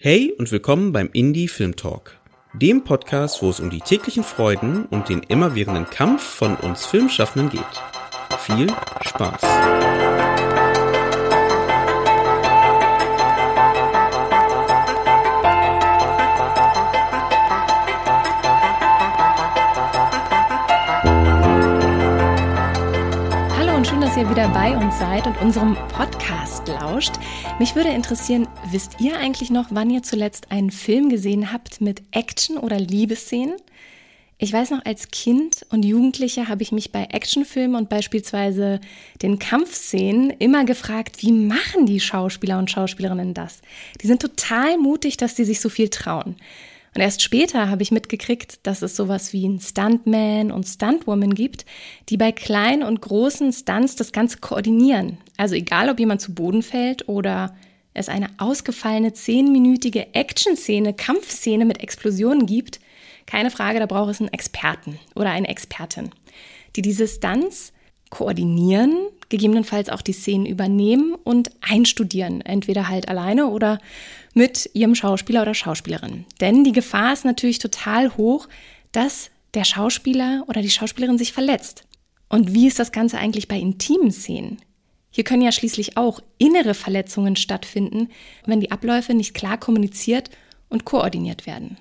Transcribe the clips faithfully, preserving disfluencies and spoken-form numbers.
Hey und willkommen beim Indie Film Talk, dem Podcast, wo es um die täglichen Freuden und den immerwährenden Kampf von uns Filmschaffenden geht. Viel Spaß! Dass ihr wieder bei uns seid und unserem Podcast lauscht. Mich würde interessieren, wisst ihr eigentlich noch, wann ihr zuletzt einen Film gesehen habt mit Action- oder Liebesszenen? Ich weiß noch, als Kind und Jugendliche habe ich mich bei Actionfilmen und beispielsweise den Kampfszenen immer gefragt, wie machen die Schauspieler und Schauspielerinnen das? Die sind total mutig, dass die sich so viel trauen. Und erst später habe ich mitgekriegt, dass es sowas wie einen Stuntman und Stuntwoman gibt, die bei kleinen und großen Stunts das Ganze koordinieren. Also egal, ob jemand zu Boden fällt oder es eine ausgefallene zehnminütige Action-Szene, Kampfszene mit Explosionen gibt, keine Frage, da braucht es einen Experten oder eine Expertin, die diese Stunts koordinieren, gegebenenfalls auch die Szenen übernehmen und einstudieren, entweder halt alleine oder mit ihrem Schauspieler oder Schauspielerin. Denn die Gefahr ist natürlich total hoch, dass der Schauspieler oder die Schauspielerin sich verletzt. Und wie ist das Ganze eigentlich bei intimen Szenen? Hier können ja schließlich auch innere Verletzungen stattfinden, wenn die Abläufe nicht klar kommuniziert und koordiniert werden.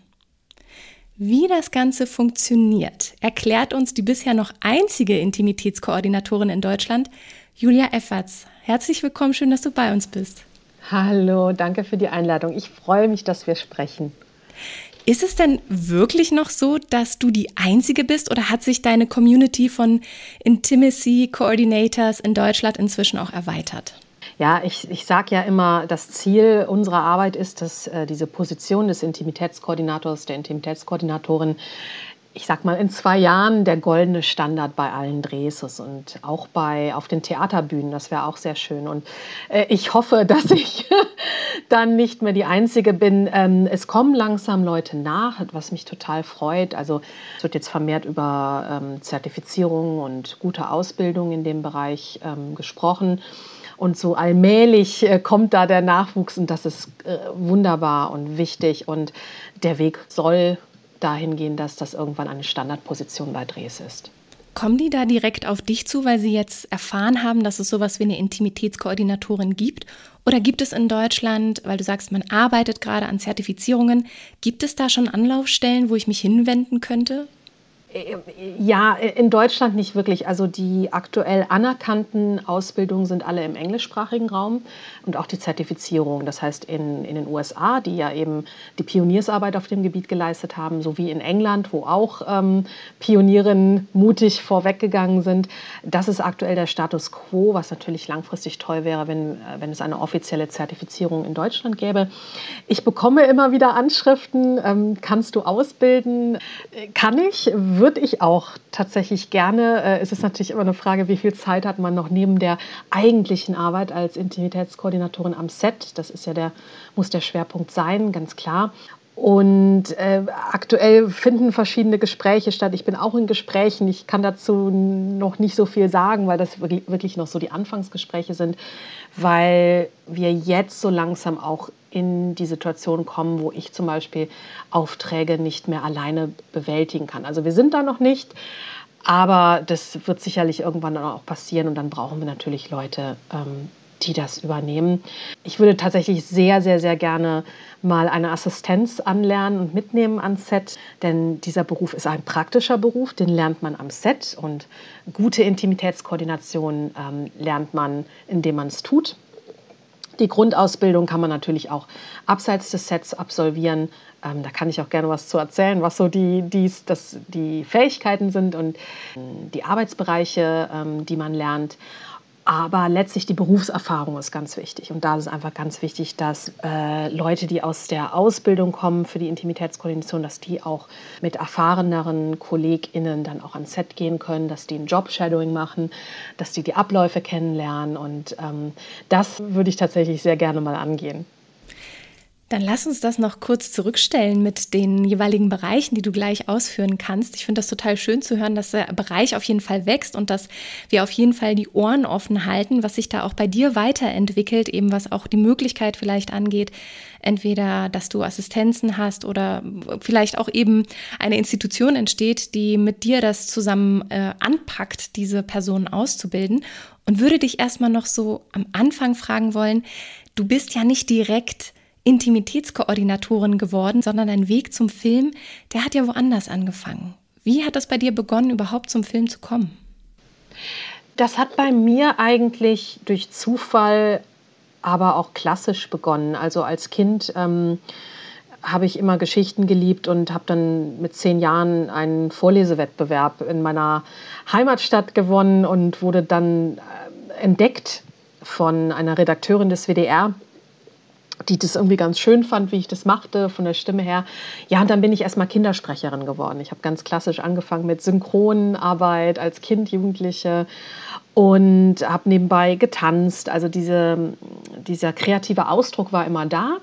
Wie das Ganze funktioniert, erklärt uns die bisher noch einzige Intimitätskoordinatorin in Deutschland, Julia Efferts. Herzlich willkommen, schön, dass du bei uns bist. Hallo, danke für die Einladung. Ich freue mich, dass wir sprechen. Ist es denn wirklich noch so, dass du die Einzige bist oder hat sich deine Community von Intimacy Coordinators in Deutschland inzwischen auch erweitert? Ja, ich, ich sage ja immer, das Ziel unserer Arbeit ist, dass äh, diese Position des Intimitätskoordinators, der Intimitätskoordinatorin, ich sag mal, in zwei Jahren der goldene Standard bei allen Drehs ist und auch bei auf den Theaterbühnen, das wäre auch sehr schön. Und äh, ich hoffe, dass ich dann nicht mehr die Einzige bin. Ähm, es kommen langsam Leute nach, was mich total freut. Also es wird jetzt vermehrt über ähm, Zertifizierung und gute Ausbildung in dem Bereich ähm, gesprochen. Und so allmählich äh, kommt da der Nachwuchs und das ist äh, wunderbar und wichtig. Und der Weg soll dahin gehen, dass das irgendwann eine Standardposition bei Drehs ist. Kommen die da direkt auf dich zu, weil sie jetzt erfahren haben, dass es sowas wie eine Intimitätskoordinatorin gibt? Oder gibt es in Deutschland, weil du sagst, man arbeitet gerade an Zertifizierungen, gibt es da schon Anlaufstellen, wo ich mich hinwenden könnte? Ja, in Deutschland nicht wirklich. Also die aktuell anerkannten Ausbildungen sind alle im englischsprachigen Raum und auch die Zertifizierung. Das heißt in, in den U S A, die ja eben die Pioniersarbeit auf dem Gebiet geleistet haben, sowie in England, wo auch ähm, Pionierinnen mutig vorweggegangen sind. Das ist aktuell der Status quo, was natürlich langfristig toll wäre, wenn, wenn es eine offizielle Zertifizierung in Deutschland gäbe. Ich bekomme immer wieder Anschriften, ähm, kannst du ausbilden? Kann ich? Würde ich auch tatsächlich gerne. Äh, es ist natürlich immer eine Frage, wie viel Zeit hat man noch neben der eigentlichen Arbeit als Intimitätskoordinatorin am Set. Das ist ja der, muss der Schwerpunkt sein, ganz klar. Und äh, aktuell finden verschiedene Gespräche statt. Ich bin auch in Gesprächen. Ich kann dazu noch nicht so viel sagen, weil das wirklich noch so die Anfangsgespräche sind, weil wir jetzt so langsam auch in die Situation kommen, wo ich zum Beispiel Aufträge nicht mehr alleine bewältigen kann. Also wir sind da noch nicht, aber das wird sicherlich irgendwann dann auch passieren und dann brauchen wir natürlich Leute, ähm, die das übernehmen. Ich würde tatsächlich sehr, sehr, sehr gerne mal eine Assistenz anlernen und mitnehmen ans Set, denn dieser Beruf ist ein praktischer Beruf, den lernt man am Set und gute Intimitätskoordination ähm, lernt man, indem man es tut. Die Grundausbildung kann man natürlich auch abseits des Sets absolvieren. Ähm, da kann ich auch gerne was zu erzählen, was so die, dies, das, die Fähigkeiten sind und die Arbeitsbereiche, ähm, die man lernt. Aber letztlich die Berufserfahrung ist ganz wichtig. Und da ist es einfach ganz wichtig, dass äh, Leute, die aus der Ausbildung kommen für die Intimitätskoordination, dass die auch mit erfahreneren KollegInnen dann auch ans Set gehen können, dass die ein Job-Shadowing machen, dass die die Abläufe kennenlernen. Und ähm, das würde ich tatsächlich sehr gerne mal angehen. Dann lass uns das noch kurz zurückstellen mit den jeweiligen Bereichen, die du gleich ausführen kannst. Ich finde das total schön zu hören, dass der Bereich auf jeden Fall wächst und dass wir auf jeden Fall die Ohren offen halten, was sich da auch bei dir weiterentwickelt, eben was auch die Möglichkeit vielleicht angeht, entweder, dass du Assistenzen hast oder vielleicht auch eben eine Institution entsteht, die mit dir das zusammen äh, anpackt, diese Personen auszubilden. Und würde dich erstmal noch so am Anfang fragen wollen, du bist ja nicht direkt Intimitätskoordinatorin geworden, sondern dein Weg zum Film, der hat ja woanders angefangen. Wie hat das bei dir begonnen, überhaupt zum Film zu kommen? Das hat bei mir eigentlich durch Zufall, aber auch klassisch begonnen. Also als Kind ähm, habe ich immer Geschichten geliebt und habe dann mit zehn Jahren einen Vorlesewettbewerb in meiner Heimatstadt gewonnen und wurde dann äh, entdeckt von einer Redakteurin des W D R, die das irgendwie ganz schön fand, wie ich das machte, von der Stimme her. Ja, und dann bin ich erstmal Kindersprecherin geworden. Ich habe ganz klassisch angefangen mit Synchronarbeit als Kind, Jugendliche und habe nebenbei getanzt. Also diese, dieser kreative Ausdruck war immer da.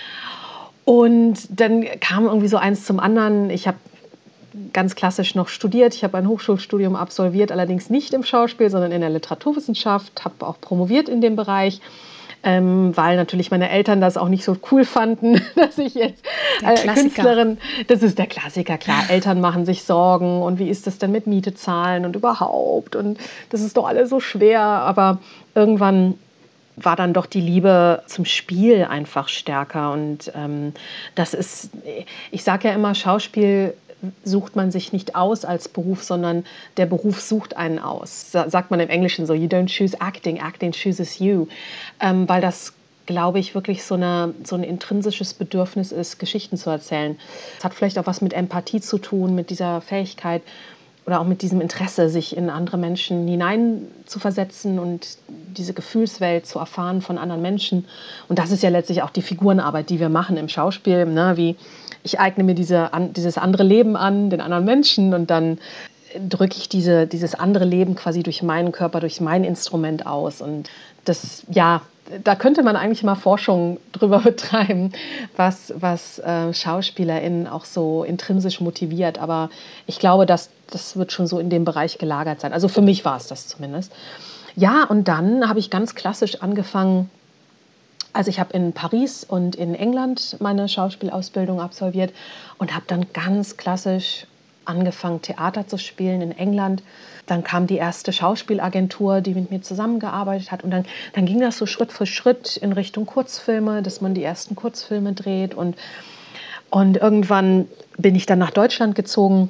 Und dann kam irgendwie so eins zum anderen. Ich habe ganz klassisch noch studiert. Ich habe ein Hochschulstudium absolviert, allerdings nicht im Schauspiel, sondern in der Literaturwissenschaft, habe auch promoviert in dem Bereich. Ähm, weil natürlich meine Eltern das auch nicht so cool fanden, dass ich jetzt äh, Künstlerin, das ist der Klassiker, klar, Eltern machen sich Sorgen und wie ist das denn mit Miete zahlen und überhaupt und das ist doch alles so schwer, aber irgendwann war dann doch die Liebe zum Spiel einfach stärker und ähm, das ist, ich sage ja immer, Schauspiel sucht man sich nicht aus als Beruf, sondern der Beruf sucht einen aus. Sagt man im Englischen so, you don't choose acting, acting chooses you. Ähm, weil das, glaube ich, wirklich so, eine, so ein intrinsisches Bedürfnis ist, Geschichten zu erzählen. Es hat vielleicht auch was mit Empathie zu tun, mit dieser Fähigkeit oder auch mit diesem Interesse, sich in andere Menschen hinein zu versetzen und diese Gefühlswelt zu erfahren von anderen Menschen. Und das ist ja letztlich auch die Figurenarbeit, die wir machen im Schauspiel, ne? Wie ich eigne mir diese, an, dieses andere Leben an, den anderen Menschen und dann drücke ich diese, dieses andere Leben quasi durch meinen Körper, durch mein Instrument aus. Und das, ja, da könnte man eigentlich mal Forschung drüber betreiben, was, was äh, SchauspielerInnen auch so intrinsisch motiviert. Aber ich glaube, dass, das wird schon so in dem Bereich gelagert sein. Also für mich war es das zumindest. Ja, und dann habe ich ganz klassisch angefangen. Also ich habe in Paris und in England meine Schauspielausbildung absolviert und habe dann ganz klassisch angefangen, Theater zu spielen in England. Dann kam die erste Schauspielagentur, die mit mir zusammengearbeitet hat. Und dann, dann ging das so Schritt für Schritt in Richtung Kurzfilme, dass man die ersten Kurzfilme dreht. Und, und irgendwann bin ich dann nach Deutschland gezogen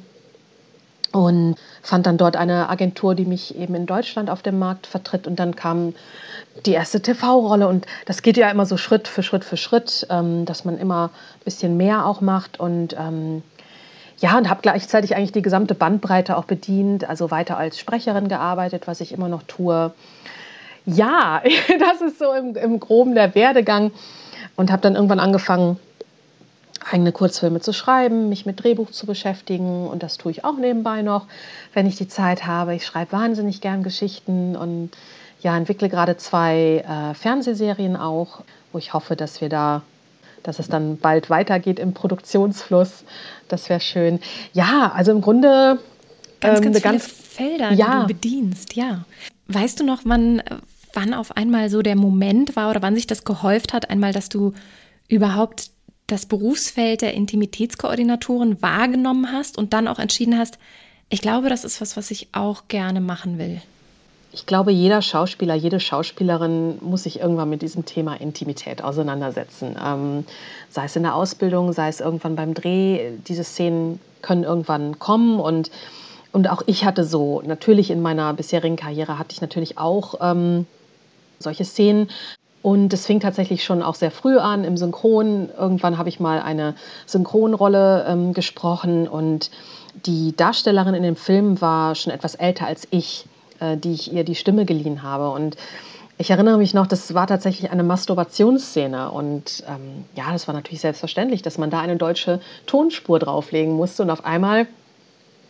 und fand dann dort eine Agentur, die mich eben in Deutschland auf dem Markt vertritt. Und dann kam die erste T V-Rolle. Und das geht ja immer so Schritt für Schritt für Schritt, ähm, dass man immer ein bisschen mehr auch macht. Und ähm, ja, und habe gleichzeitig eigentlich die gesamte Bandbreite auch bedient. Also weiter als Sprecherin gearbeitet, was ich immer noch tue. Ja, das ist so im, im Groben der Werdegang. Und habe dann irgendwann angefangen, eigene Kurzfilme zu schreiben, mich mit Drehbuch zu beschäftigen und das tue ich auch nebenbei noch, wenn ich die Zeit habe. Ich schreibe wahnsinnig gern Geschichten und ja, entwickle gerade zwei äh, Fernsehserien auch, wo ich hoffe, dass wir da, dass es dann bald weitergeht im Produktionsfluss. Das wäre schön. Ja, also im Grunde ganz, ähm, ganz eine viele ganz Felder, ja. die du bedienst. Ja. Weißt du noch, wann, wann auf einmal so der Moment war oder wann sich das gehäuft hat, einmal, dass du überhaupt das Berufsfeld der Intimitätskoordinatorin wahrgenommen hast und dann auch entschieden hast, ich glaube, das ist was, was ich auch gerne machen will? Ich glaube, jeder Schauspieler, jede Schauspielerin muss sich irgendwann mit diesem Thema Intimität auseinandersetzen. Ähm, sei es in der Ausbildung, sei es irgendwann beim Dreh. Diese Szenen können irgendwann kommen und, und auch ich hatte so, natürlich in meiner bisherigen Karriere hatte ich natürlich auch ähm, solche Szenen. Und es fing tatsächlich schon auch sehr früh an im Synchron. Irgendwann habe ich mal eine Synchronrolle ähm, gesprochen und die Darstellerin in dem Film war schon etwas älter als ich, äh, die ich ihr die Stimme geliehen habe. Und ich erinnere mich noch, das war tatsächlich eine Masturbationsszene. Und ähm, ja, das war natürlich selbstverständlich, dass man da eine deutsche Tonspur drauflegen musste. Und auf einmal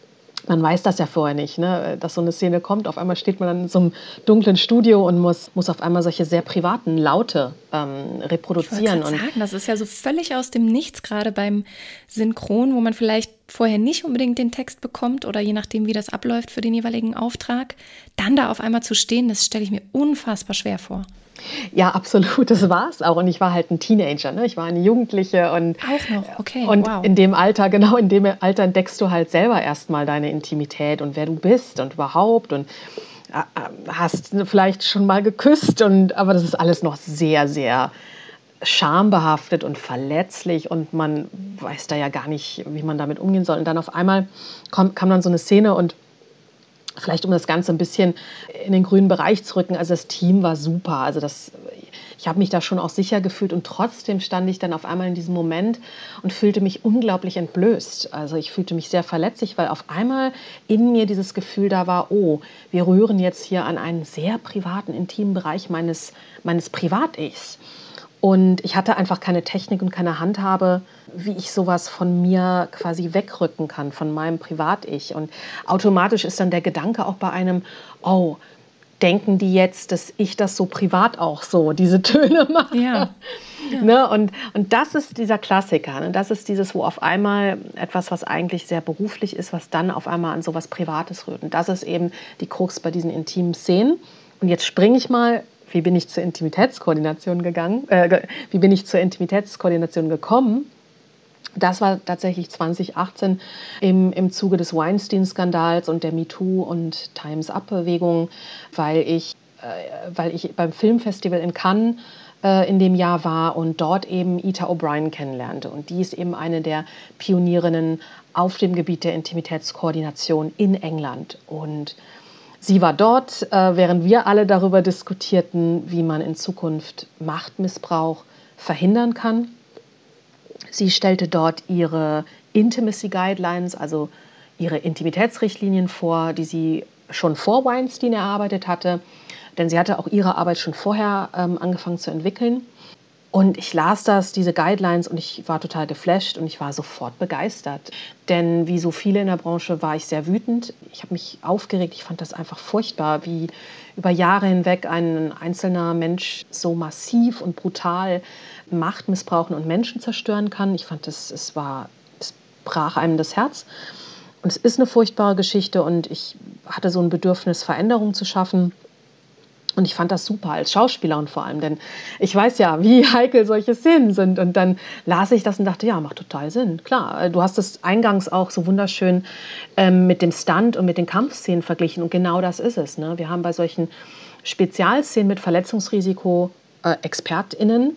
Man weiß das ja vorher nicht, ne? Dass so eine Szene kommt. Auf einmal steht man dann in so einem dunklen Studio und muss, muss auf einmal solche sehr privaten Laute ähm, reproduzieren. Ich wollte gerade sagen, das ist ja so völlig aus dem Nichts, gerade beim Synchron, wo man vielleicht vorher nicht unbedingt den Text bekommt oder je nachdem, wie das abläuft für den jeweiligen Auftrag. Dann da auf einmal zu stehen, das stelle ich mir unfassbar schwer vor. Ja, absolut, das war es auch. Und ich war halt ein Teenager, ne? Ich war eine Jugendliche. Und, auch noch, okay, und wow. in dem Alter, genau in dem Alter entdeckst du halt selber erstmal deine Intimität und wer du bist und überhaupt. Und äh, hast vielleicht schon mal geküsst. Und, aber das ist alles noch sehr, sehr schambehaftet und verletzlich. Und man weiß da ja gar nicht, wie man damit umgehen soll. Und dann auf einmal kam, kam dann so eine Szene und vielleicht um das Ganze ein bisschen in den grünen Bereich zu rücken. Also das Team war super. Also das, ich habe mich da schon auch sicher gefühlt und trotzdem stand ich dann auf einmal in diesem Moment und fühlte mich unglaublich entblößt. Also ich fühlte mich sehr verletzlich, weil auf einmal in mir dieses Gefühl da war, oh, wir rühren jetzt hier an einen sehr privaten, intimen Bereich meines, meines Privat-Ichs. Und ich hatte einfach keine Technik und keine Handhabe, wie ich sowas von mir quasi wegrücken kann, von meinem Privat-Ich. Und automatisch ist dann der Gedanke auch bei einem, oh, denken die jetzt, dass ich das so privat auch so, diese Töne mache? Ja. Ja. Ne? Und, und das ist dieser Klassiker. Ne? Das ist dieses, wo auf einmal etwas, was eigentlich sehr beruflich ist, was dann auf einmal an sowas Privates rührt. Und das ist eben die Krux bei diesen intimen Szenen. Und jetzt springe ich mal. Wie bin ich zur Intimitätskoordination gegangen? Äh, wie bin ich zur Intimitätskoordination gekommen? Das war tatsächlich zwanzig achtzehn im, im Zuge des Weinstein-Skandals und der MeToo- und Time's-Up-Bewegung, weil ich, äh, weil ich beim Filmfestival in Cannes äh, in dem Jahr war und dort eben Ita O'Brien kennenlernte. Und die ist eben eine der Pionierinnen auf dem Gebiet der Intimitätskoordination in England. Und sie war dort, äh, während wir alle darüber diskutierten, wie man in Zukunft Machtmissbrauch verhindern kann. Sie stellte dort ihre Intimacy Guidelines, also ihre Intimitätsrichtlinien vor, die sie schon vor Weinstein erarbeitet hatte. Denn sie hatte auch ihre Arbeit schon vorher ähm, angefangen zu entwickeln. Und ich las das, diese Guidelines, und ich war total geflasht und ich war sofort begeistert. Denn wie so viele in der Branche war ich sehr wütend. Ich habe mich aufgeregt. Ich fand das einfach furchtbar, wie über Jahre hinweg ein einzelner Mensch so massiv und brutal Macht missbrauchen und Menschen zerstören kann. Ich fand, das, es war, es brach einem das Herz. Und es ist eine furchtbare Geschichte und ich hatte so ein Bedürfnis, Veränderung zu schaffen. Und ich fand das super als Schauspielerin vor allem, denn ich weiß ja, wie heikel solche Szenen sind. Und dann las ich das und dachte, ja, macht total Sinn. Klar, du hast es eingangs auch so wunderschön ähm, mit dem Stunt und mit den Kampfszenen verglichen. Und genau das ist es. Ne? Wir haben bei solchen Spezialszenen mit Verletzungsrisiko äh, ExpertInnen,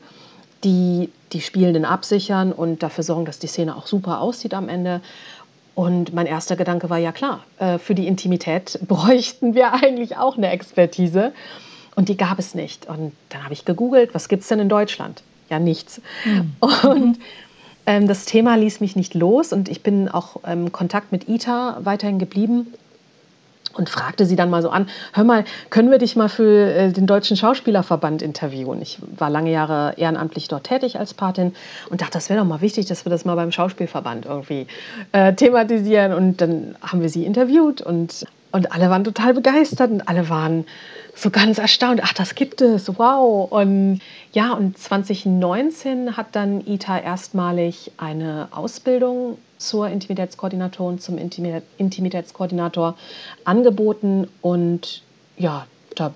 die die Spielenden absichern und dafür sorgen, dass die Szene auch super aussieht am Ende. Und mein erster Gedanke war, ja klar, äh, für die Intimität bräuchten wir eigentlich auch eine Expertise. Und die gab es nicht. Und dann habe ich gegoogelt, was gibt es denn in Deutschland? Ja, nichts. Mhm. Und ähm, das Thema ließ mich nicht los. Und ich bin auch im ähm, Kontakt mit Ita weiterhin geblieben und fragte sie dann mal so an, hör mal, können wir dich mal für äh, den Deutschen Schauspielerverband interviewen? Ich war lange Jahre ehrenamtlich dort tätig als Patin und dachte, das wäre doch mal wichtig, dass wir das mal beim Schauspielverband irgendwie äh, thematisieren. Und dann haben wir sie interviewt und, und alle waren total begeistert und alle waren so ganz erstaunt. Ach, das gibt es, wow. Und ja, und zwanzig neunzehn hat dann Ita erstmalig eine Ausbildung zur Intimitätskoordinatorin, zum Intimitätskoordinator angeboten. Und ja, da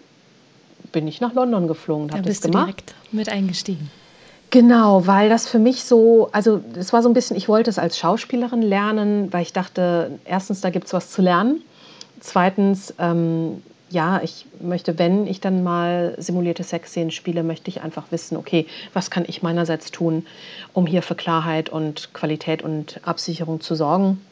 bin ich nach London geflogen und habe das gemacht. Da bist du direkt mit eingestiegen. Genau, weil das für mich so, also es war so ein bisschen, ich wollte es als Schauspielerin lernen, weil ich dachte, erstens, da gibt es was zu lernen. Zweitens, ähm, ja, ich möchte, wenn ich dann mal simulierte Sexszenen spiele, möchte ich einfach wissen, okay, was kann ich meinerseits tun, um hier für Klarheit und Qualität und Absicherung zu sorgen.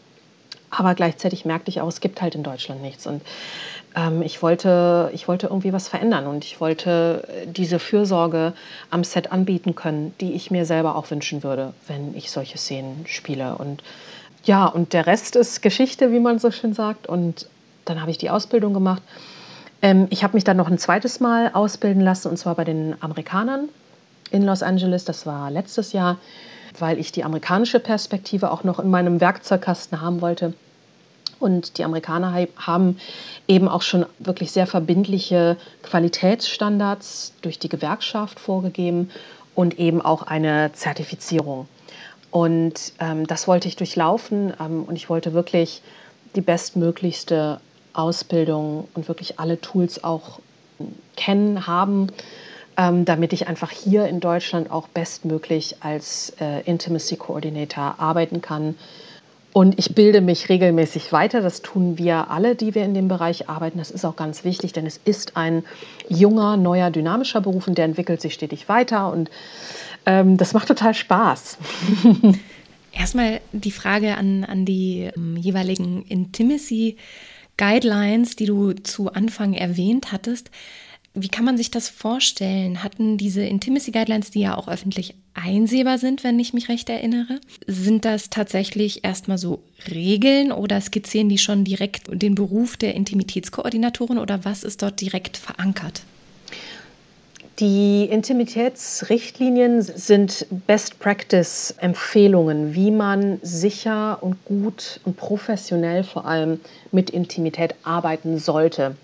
Aber gleichzeitig merkte ich auch, es gibt halt in Deutschland nichts. Und ähm, ich wollte, ich wollte irgendwie was verändern und ich wollte diese Fürsorge am Set anbieten können, die ich mir selber auch wünschen würde, wenn ich solche Szenen spiele. Und ja, und der Rest ist Geschichte, wie man so schön sagt. Und dann habe ich die Ausbildung gemacht. Ähm, ich habe mich dann noch ein zweites Mal ausbilden lassen, und zwar bei den Amerikanern in Los Angeles. Das war letztes Jahr, weil ich die amerikanische Perspektive auch noch in meinem Werkzeugkasten haben wollte. Und die Amerikaner haben eben auch schon wirklich sehr verbindliche Qualitätsstandards durch die Gewerkschaft vorgegeben und eben auch eine Zertifizierung. Und ähm, das wollte ich durchlaufen ähm, und ich wollte wirklich die bestmöglichste Ausbildung und wirklich alle Tools auch kennen, haben, ähm, damit ich einfach hier in Deutschland auch bestmöglich als äh, Intimacy Coordinator arbeiten kann. Und ich bilde mich regelmäßig weiter. Das tun wir alle, die wir in dem Bereich arbeiten. Das ist auch ganz wichtig, denn es ist ein junger, neuer, dynamischer Beruf und der entwickelt sich stetig weiter. Und ähm, das macht total Spaß. Erstmal die Frage an, an die ähm, jeweiligen Intimacy Guidelines, die du zu Anfang erwähnt hattest. Wie kann man sich das vorstellen? Hatten diese Intimacy Guidelines, die ja auch öffentlich einsehbar sind, wenn ich mich recht erinnere, sind das tatsächlich erstmal so Regeln oder skizzieren die schon direkt den Beruf der Intimitätskoordinatorin oder was ist dort direkt verankert? Die Intimitätsrichtlinien sind Best-Practice-Empfehlungen, wie man sicher und gut und professionell vor allem mit Intimität arbeiten sollte.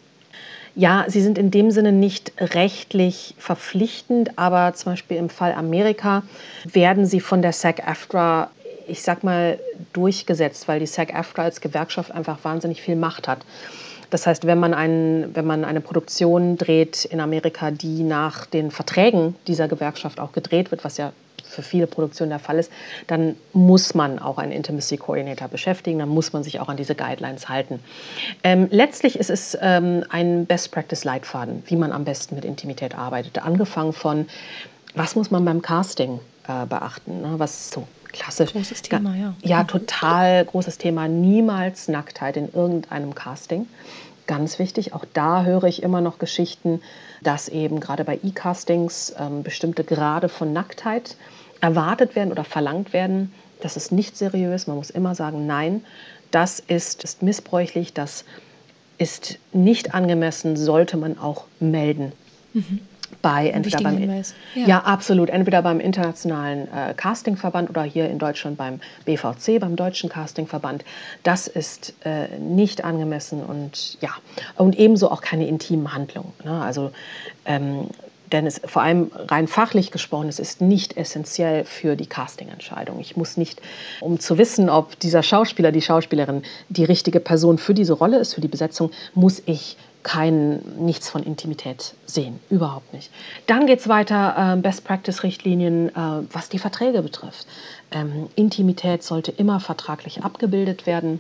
Ja, sie sind in dem Sinne nicht rechtlich verpflichtend, aber zum Beispiel im Fall Amerika werden sie von der SAG-AFTRA, ich sag mal, durchgesetzt, weil die SAG-AFTRA als Gewerkschaft einfach wahnsinnig viel Macht hat. Das heißt, wenn man, einen, wenn man eine Produktion dreht in Amerika, die nach den Verträgen dieser Gewerkschaft auch gedreht wird, was ja für viele Produktionen der Fall ist, dann muss man auch einen Intimacy Coordinator beschäftigen, dann muss man sich auch an diese Guidelines halten. Ähm, letztlich ist es ähm, ein Best-Practice-Leitfaden, wie man am besten mit Intimität arbeitet. Angefangen von, was muss man beim Casting äh, beachten, ne? Was so klassisch. Großes Thema, ja. Ja, total großes Thema. Niemals Nacktheit in irgendeinem Casting. Ganz wichtig, auch da höre ich immer noch Geschichten, dass eben gerade bei E-Castings ähm, bestimmte Grade von Nacktheit erwartet werden oder verlangt werden. Das ist nicht seriös. Man muss immer sagen, nein, das ist, ist missbräuchlich, das ist nicht angemessen, sollte man auch melden. Mhm. Bei entweder beim, ja. ja, absolut. Entweder beim Internationalen äh, Castingverband oder hier in Deutschland beim B V C, beim Deutschen Castingverband. Das ist äh, nicht angemessen und ja, und ebenso auch keine intimen Handlungen. Ne? Also, ähm, denn es vor allem rein fachlich gesprochen, es ist nicht essentiell für die Castingentscheidung. Ich muss nicht, um zu wissen, ob dieser Schauspieler, die Schauspielerin die richtige Person für diese Rolle ist, für die Besetzung, muss ich kein, nichts von Intimität sehen, überhaupt nicht. Dann geht es weiter, äh, Best-Practice-Richtlinien, äh, was die Verträge betrifft. Ähm, Intimität sollte immer vertraglich abgebildet werden,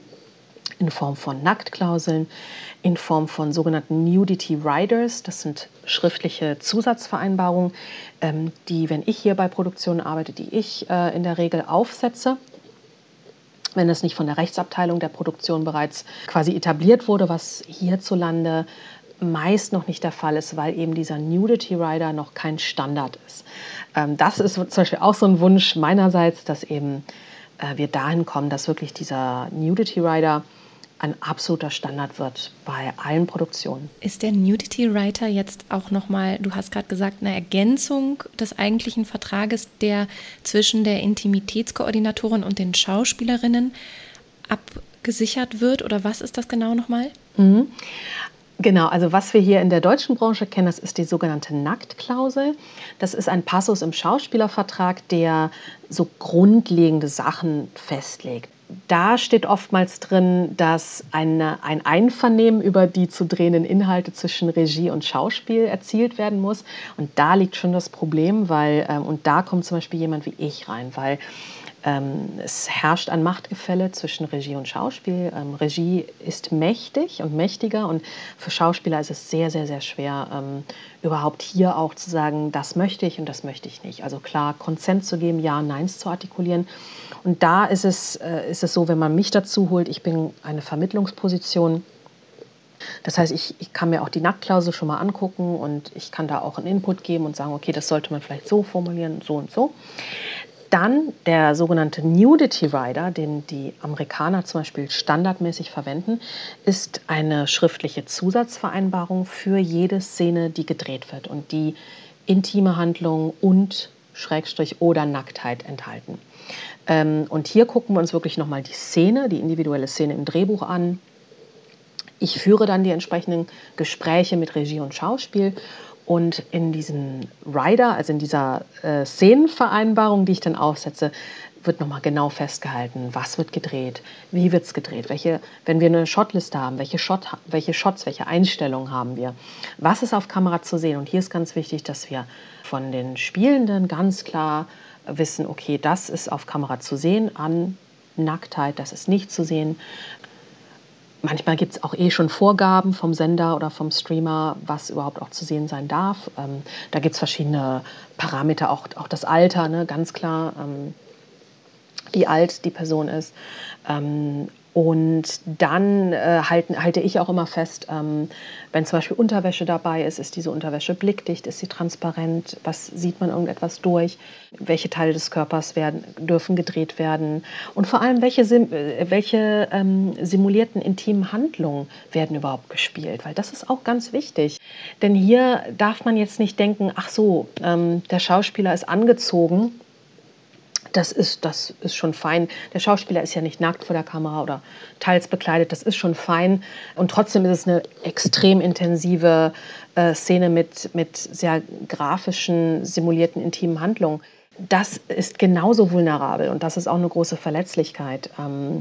in Form von Nacktklauseln, in Form von sogenannten Nudity Riders, das sind schriftliche Zusatzvereinbarungen, ähm, die, wenn ich hier bei Produktionen arbeite, die ich äh, in der Regel aufsetze, wenn es nicht von der Rechtsabteilung der Produktion bereits quasi etabliert wurde, was hierzulande meist noch nicht der Fall ist, weil eben dieser Nudity Rider noch kein Standard ist. Ähm, das ist zum Beispiel auch so ein Wunsch meinerseits, dass eben äh, wir dahin kommen, dass wirklich dieser Nudity Rider ein absoluter Standard wird bei allen Produktionen. Ist der Nudity Rider jetzt auch nochmal, du hast gerade gesagt, eine Ergänzung des eigentlichen Vertrages, der zwischen der Intimitätskoordinatorin und den Schauspielerinnen abgesichert wird? Oder was ist das genau nochmal? Mhm. Genau, also was wir hier in der deutschen Branche kennen, das ist die sogenannte Nacktklausel. Das ist ein Passus im Schauspielervertrag, der so grundlegende Sachen festlegt. Da steht oftmals drin, dass eine, ein Einvernehmen über die zu drehenden Inhalte zwischen Regie und Schauspiel erzielt werden muss. Und da liegt schon das Problem, weil, ähm, und da kommt zum Beispiel jemand wie ich rein, weil ähm, es herrscht ein Machtgefälle zwischen Regie und Schauspiel. Ähm, Regie ist mächtig und mächtiger und für Schauspieler ist es sehr, sehr, sehr schwer, ähm, überhaupt hier auch zu sagen, das möchte ich und das möchte ich nicht. Also klar, Konsent zu geben, Ja, Neins zu artikulieren. Und da ist es, äh, ist es so, wenn man mich dazu holt, ich bin eine Vermittlungsposition. Das heißt, ich, ich kann mir auch die Nacktklausel schon mal angucken und ich kann da auch einen Input geben und sagen, okay, das sollte man vielleicht so formulieren, so und so. Dann der sogenannte Nudity Rider, den die Amerikaner zum Beispiel standardmäßig verwenden, ist eine schriftliche Zusatzvereinbarung für jede Szene, die gedreht wird und die intime Handlungen und Schrägstrich oder Nacktheit enthalten. Ähm, und hier gucken wir uns wirklich nochmal die Szene, die individuelle Szene im Drehbuch an. Ich führe dann die entsprechenden Gespräche mit Regie und Schauspiel. Und in diesem Rider, also in dieser äh, Szenenvereinbarung, die ich dann aufsetze, wird nochmal genau festgehalten, was wird gedreht, wie wird es gedreht, welche, wenn wir eine Shotliste haben, welche, Shot, welche Shots, welche Einstellungen haben wir, was ist auf Kamera zu sehen. Und hier ist ganz wichtig, dass wir von den Spielenden ganz klar wissen, okay, das ist auf Kamera zu sehen an Nacktheit, das ist nicht zu sehen. Manchmal gibt es auch eh schon Vorgaben vom Sender oder vom Streamer, was überhaupt auch zu sehen sein darf. Ähm, da gibt es verschiedene Parameter, auch, auch das Alter, ne, ganz klar, ähm, wie alt die Person ist. Ähm, und dann äh, halten, halte ich auch immer fest, ähm, wenn zum Beispiel Unterwäsche dabei ist, ist diese Unterwäsche blickdicht, ist sie transparent, was sieht man irgendetwas durch, welche Teile des Körpers werden, dürfen gedreht werden und vor allem, welche, Sim, welche ähm, simulierten intimen Handlungen werden überhaupt gespielt, weil das ist auch ganz wichtig. Denn hier darf man jetzt nicht denken, ach so, ähm, der Schauspieler ist angezogen, Das ist, das ist schon fein. Der Schauspieler ist ja nicht nackt vor der Kamera oder teils bekleidet, das ist schon fein. Und trotzdem ist es eine extrem intensive äh, Szene mit, mit sehr grafischen, simulierten, intimen Handlungen. Das ist genauso vulnerabel und das ist auch eine große Verletzlichkeit. Ähm,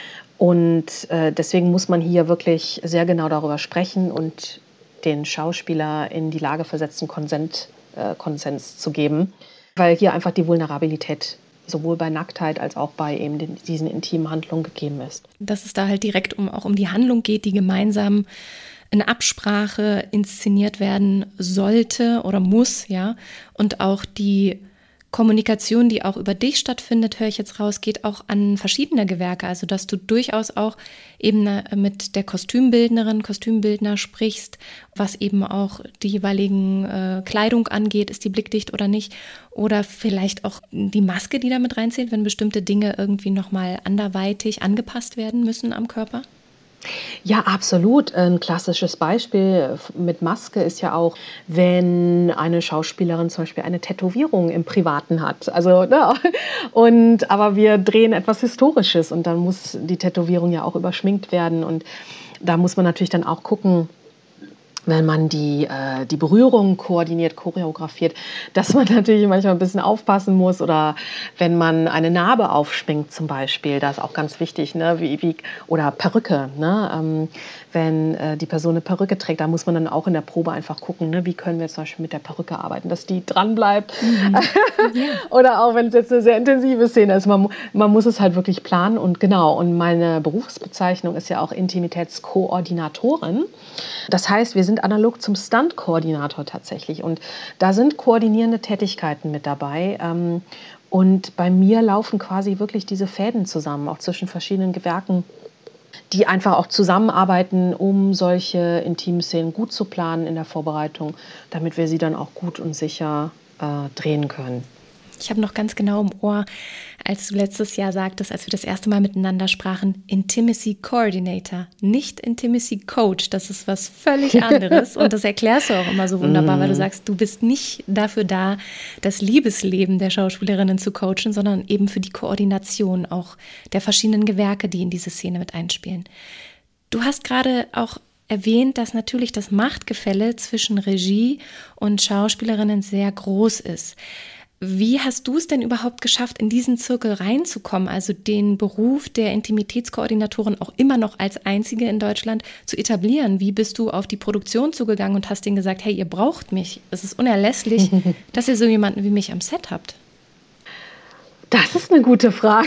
und äh, deswegen muss man hier wirklich sehr genau darüber sprechen und den Schauspieler in die Lage versetzen, Konsent, äh, Konsens zu geben, weil hier einfach die Vulnerabilität sowohl bei Nacktheit als auch bei eben den, diesen intimen Handlungen gegeben ist. Dass es da halt direkt um, auch um die Handlung geht, die gemeinsam in Absprache inszeniert werden sollte oder muss, ja. Und auch die Kommunikation, die auch über dich stattfindet, höre ich jetzt raus, geht auch an verschiedene Gewerke. Also dass du durchaus auch eben mit der Kostümbildnerin, Kostümbildner sprichst, was eben auch die jeweiligen äh, Kleidung angeht, ist die blickdicht oder nicht. Oder vielleicht auch die Maske, die da mit reinzählt, wenn bestimmte Dinge irgendwie nochmal anderweitig angepasst werden müssen am Körper. Ja, absolut. Ein klassisches Beispiel mit Maske ist ja auch, wenn eine Schauspielerin zum Beispiel eine Tätowierung im Privaten hat. Also, ne? Und, aber wir drehen etwas Historisches und dann muss die Tätowierung ja auch überschminkt werden. Und da muss man natürlich dann auch gucken, wenn man die, äh, die Berührung koordiniert, choreografiert, dass man natürlich manchmal ein bisschen aufpassen muss oder wenn man eine Narbe aufschminkt zum Beispiel, das ist auch ganz wichtig, ne? wie, wie, oder Perücke, ne? ähm, wenn äh, die Person eine Perücke trägt, da muss man dann auch in der Probe einfach gucken, ne? Wie können wir zum Beispiel mit der Perücke arbeiten, dass die dran bleibt. Mhm. Oder auch wenn es jetzt eine sehr intensive Szene ist, man, man muss es halt wirklich planen und genau, und meine Berufsbezeichnung ist ja auch Intimitätskoordinatorin. Das heißt, wir sind analog zum Stunt-Koordinator tatsächlich. Und da sind koordinierende Tätigkeiten mit dabei. Und bei mir laufen quasi wirklich diese Fäden zusammen, auch zwischen verschiedenen Gewerken, die einfach auch zusammenarbeiten, um solche intimen Szenen gut zu planen in der Vorbereitung, damit wir sie dann auch gut und sicher äh, drehen können. Ich habe noch ganz genau im Ohr, als du letztes Jahr sagtest, als wir das erste Mal miteinander sprachen, Intimacy Coordinator, nicht Intimacy Coach. Das ist was völlig anderes und das erklärst du auch immer so wunderbar, mm. weil du sagst, du bist nicht dafür da, das Liebesleben der Schauspielerinnen zu coachen, sondern eben für die Koordination auch der verschiedenen Gewerke, die in diese Szene mit einspielen. Du hast gerade auch erwähnt, dass natürlich das Machtgefälle zwischen Regie und Schauspielerinnen sehr groß ist. Wie hast du es denn überhaupt geschafft, in diesen Zirkel reinzukommen, also den Beruf der Intimitätskoordinatorin auch immer noch als einzige in Deutschland zu etablieren? Wie bist du auf die Produktion zugegangen und hast denen gesagt, hey, ihr braucht mich, es ist unerlässlich, dass ihr so jemanden wie mich am Set habt? Das ist eine gute Frage.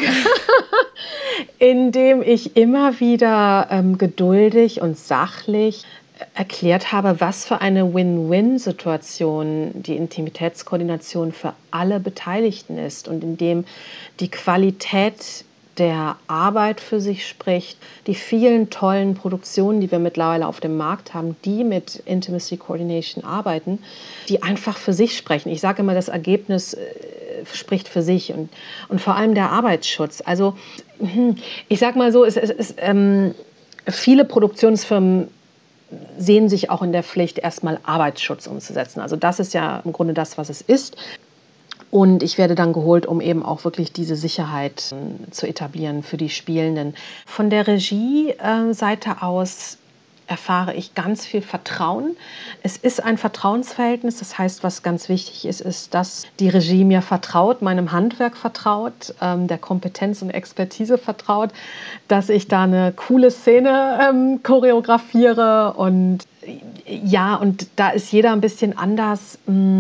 Indem ich immer wieder ähm, geduldig und sachlich erklärt habe, was für eine Win-Win-Situation die Intimitätskoordination für alle Beteiligten ist und indem die Qualität der Arbeit für sich spricht, die vielen tollen Produktionen, die wir mittlerweile auf dem Markt haben, die mit Intimacy Coordination arbeiten, die einfach für sich sprechen. Ich sage immer, das Ergebnis äh, spricht für sich und, und vor allem der Arbeitsschutz. Also ich sage mal so, es, es, es, ähm, viele Produktionsfirmen sehen sich auch in der Pflicht, erstmal Arbeitsschutz umzusetzen. Also das ist ja im Grunde das, was es ist. Und ich werde dann geholt, um eben auch wirklich diese Sicherheit äh, zu etablieren für die Spielenden. Von der Regie-Seite aus erfahre ich ganz viel Vertrauen. Es ist ein Vertrauensverhältnis. Das heißt, was ganz wichtig ist, ist, dass die Regie mir vertraut, meinem Handwerk vertraut, ähm, der Kompetenz und Expertise vertraut, dass ich da eine coole Szene ähm, choreografiere. Und ja, und da ist jeder ein bisschen anders.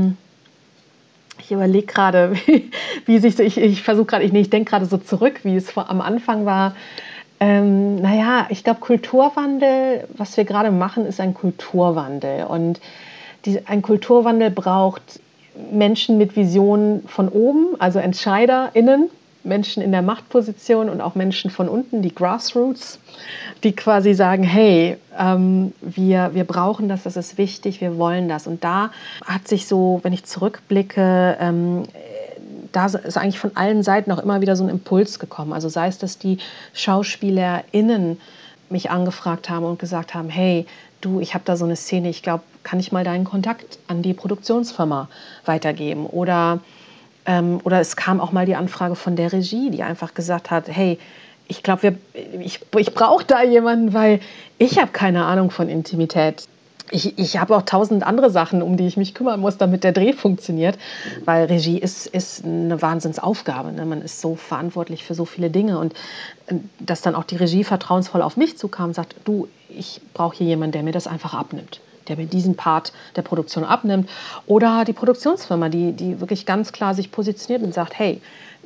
Ich überlege gerade, wie, wie sich so, ich, ich versuche gerade, ich, nee, ich denke gerade so zurück, wie es vor, am Anfang war. Ähm, naja, ich glaube, Kulturwandel, was wir gerade machen, ist ein Kulturwandel. Und die, ein Kulturwandel braucht Menschen mit Visionen von oben, also EntscheiderInnen, Menschen in der Machtposition und auch Menschen von unten, die Grassroots, die quasi sagen, hey, ähm, wir, wir brauchen das, das ist wichtig, wir wollen das. Und da hat sich so, wenn ich zurückblicke, ähm, da ist eigentlich von allen Seiten auch immer wieder so ein Impuls gekommen. Also sei es, dass die SchauspielerInnen mich angefragt haben und gesagt haben, hey, du, ich habe da so eine Szene, ich glaube, kann ich mal deinen Kontakt an die Produktionsfirma weitergeben? Oder, ähm, oder es kam auch mal die Anfrage von der Regie, die einfach gesagt hat, hey, ich glaube, ich, ich brauche da jemanden, weil ich habe keine Ahnung von Intimität. Ich, ich habe auch tausend andere Sachen, um die ich mich kümmern muss, damit der Dreh funktioniert, weil Regie ist, ist eine Wahnsinnsaufgabe. Ne? Man ist so verantwortlich für so viele Dinge und dass dann auch die Regie vertrauensvoll auf mich zukam und sagt, du, ich brauche hier jemanden, der mir das einfach abnimmt, der mir diesen Part der Produktion abnimmt. Oder die Produktionsfirma, die, die wirklich ganz klar sich positioniert und sagt, hey,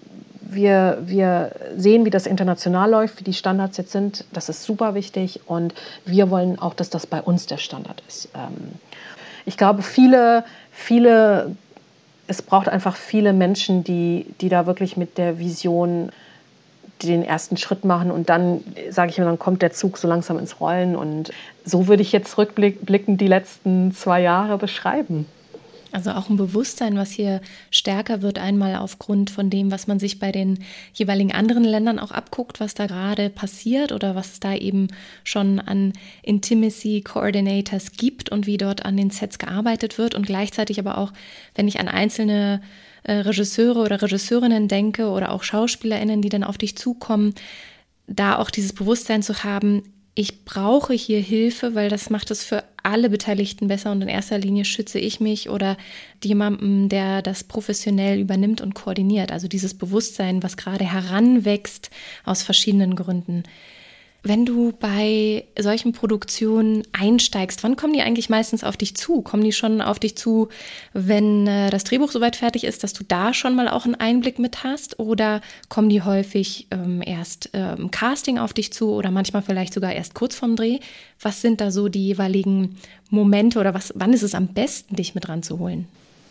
Wir, wir sehen, wie das international läuft, wie die Standards jetzt sind. Das ist super wichtig und wir wollen auch, dass das bei uns der Standard ist. Ich glaube, viele, viele, es braucht einfach viele Menschen, die, die da wirklich mit der Vision den ersten Schritt machen und dann, sage ich mal, dann kommt der Zug so langsam ins Rollen. Und so würde ich jetzt rückblickend die letzten zwei Jahre beschreiben. Also auch ein Bewusstsein, was hier stärker wird, einmal aufgrund von dem, was man sich bei den jeweiligen anderen Ländern auch abguckt, was da gerade passiert oder was es da eben schon an Intimacy Coordinators gibt und wie dort an den Sets gearbeitet wird und gleichzeitig aber auch, wenn ich an einzelne äh, Regisseure oder Regisseurinnen denke oder auch SchauspielerInnen, die dann auf dich zukommen, da auch dieses Bewusstsein zu haben, ich brauche hier Hilfe, weil das macht es für alle Beteiligten besser und in erster Linie schütze ich mich oder jemandem, der das professionell übernimmt und koordiniert. Also dieses Bewusstsein, was gerade heranwächst aus verschiedenen Gründen. Wenn du bei solchen Produktionen einsteigst, wann kommen die eigentlich meistens auf dich zu? Kommen die schon auf dich zu, wenn äh, das Drehbuch soweit fertig ist, dass du da schon mal auch einen Einblick mit hast? Oder kommen die häufig ähm, erst äh, im Casting auf dich zu oder manchmal vielleicht sogar erst kurz vorm Dreh? Was sind da so die jeweiligen Momente oder was, wann ist es am besten, dich mit ranzuholen?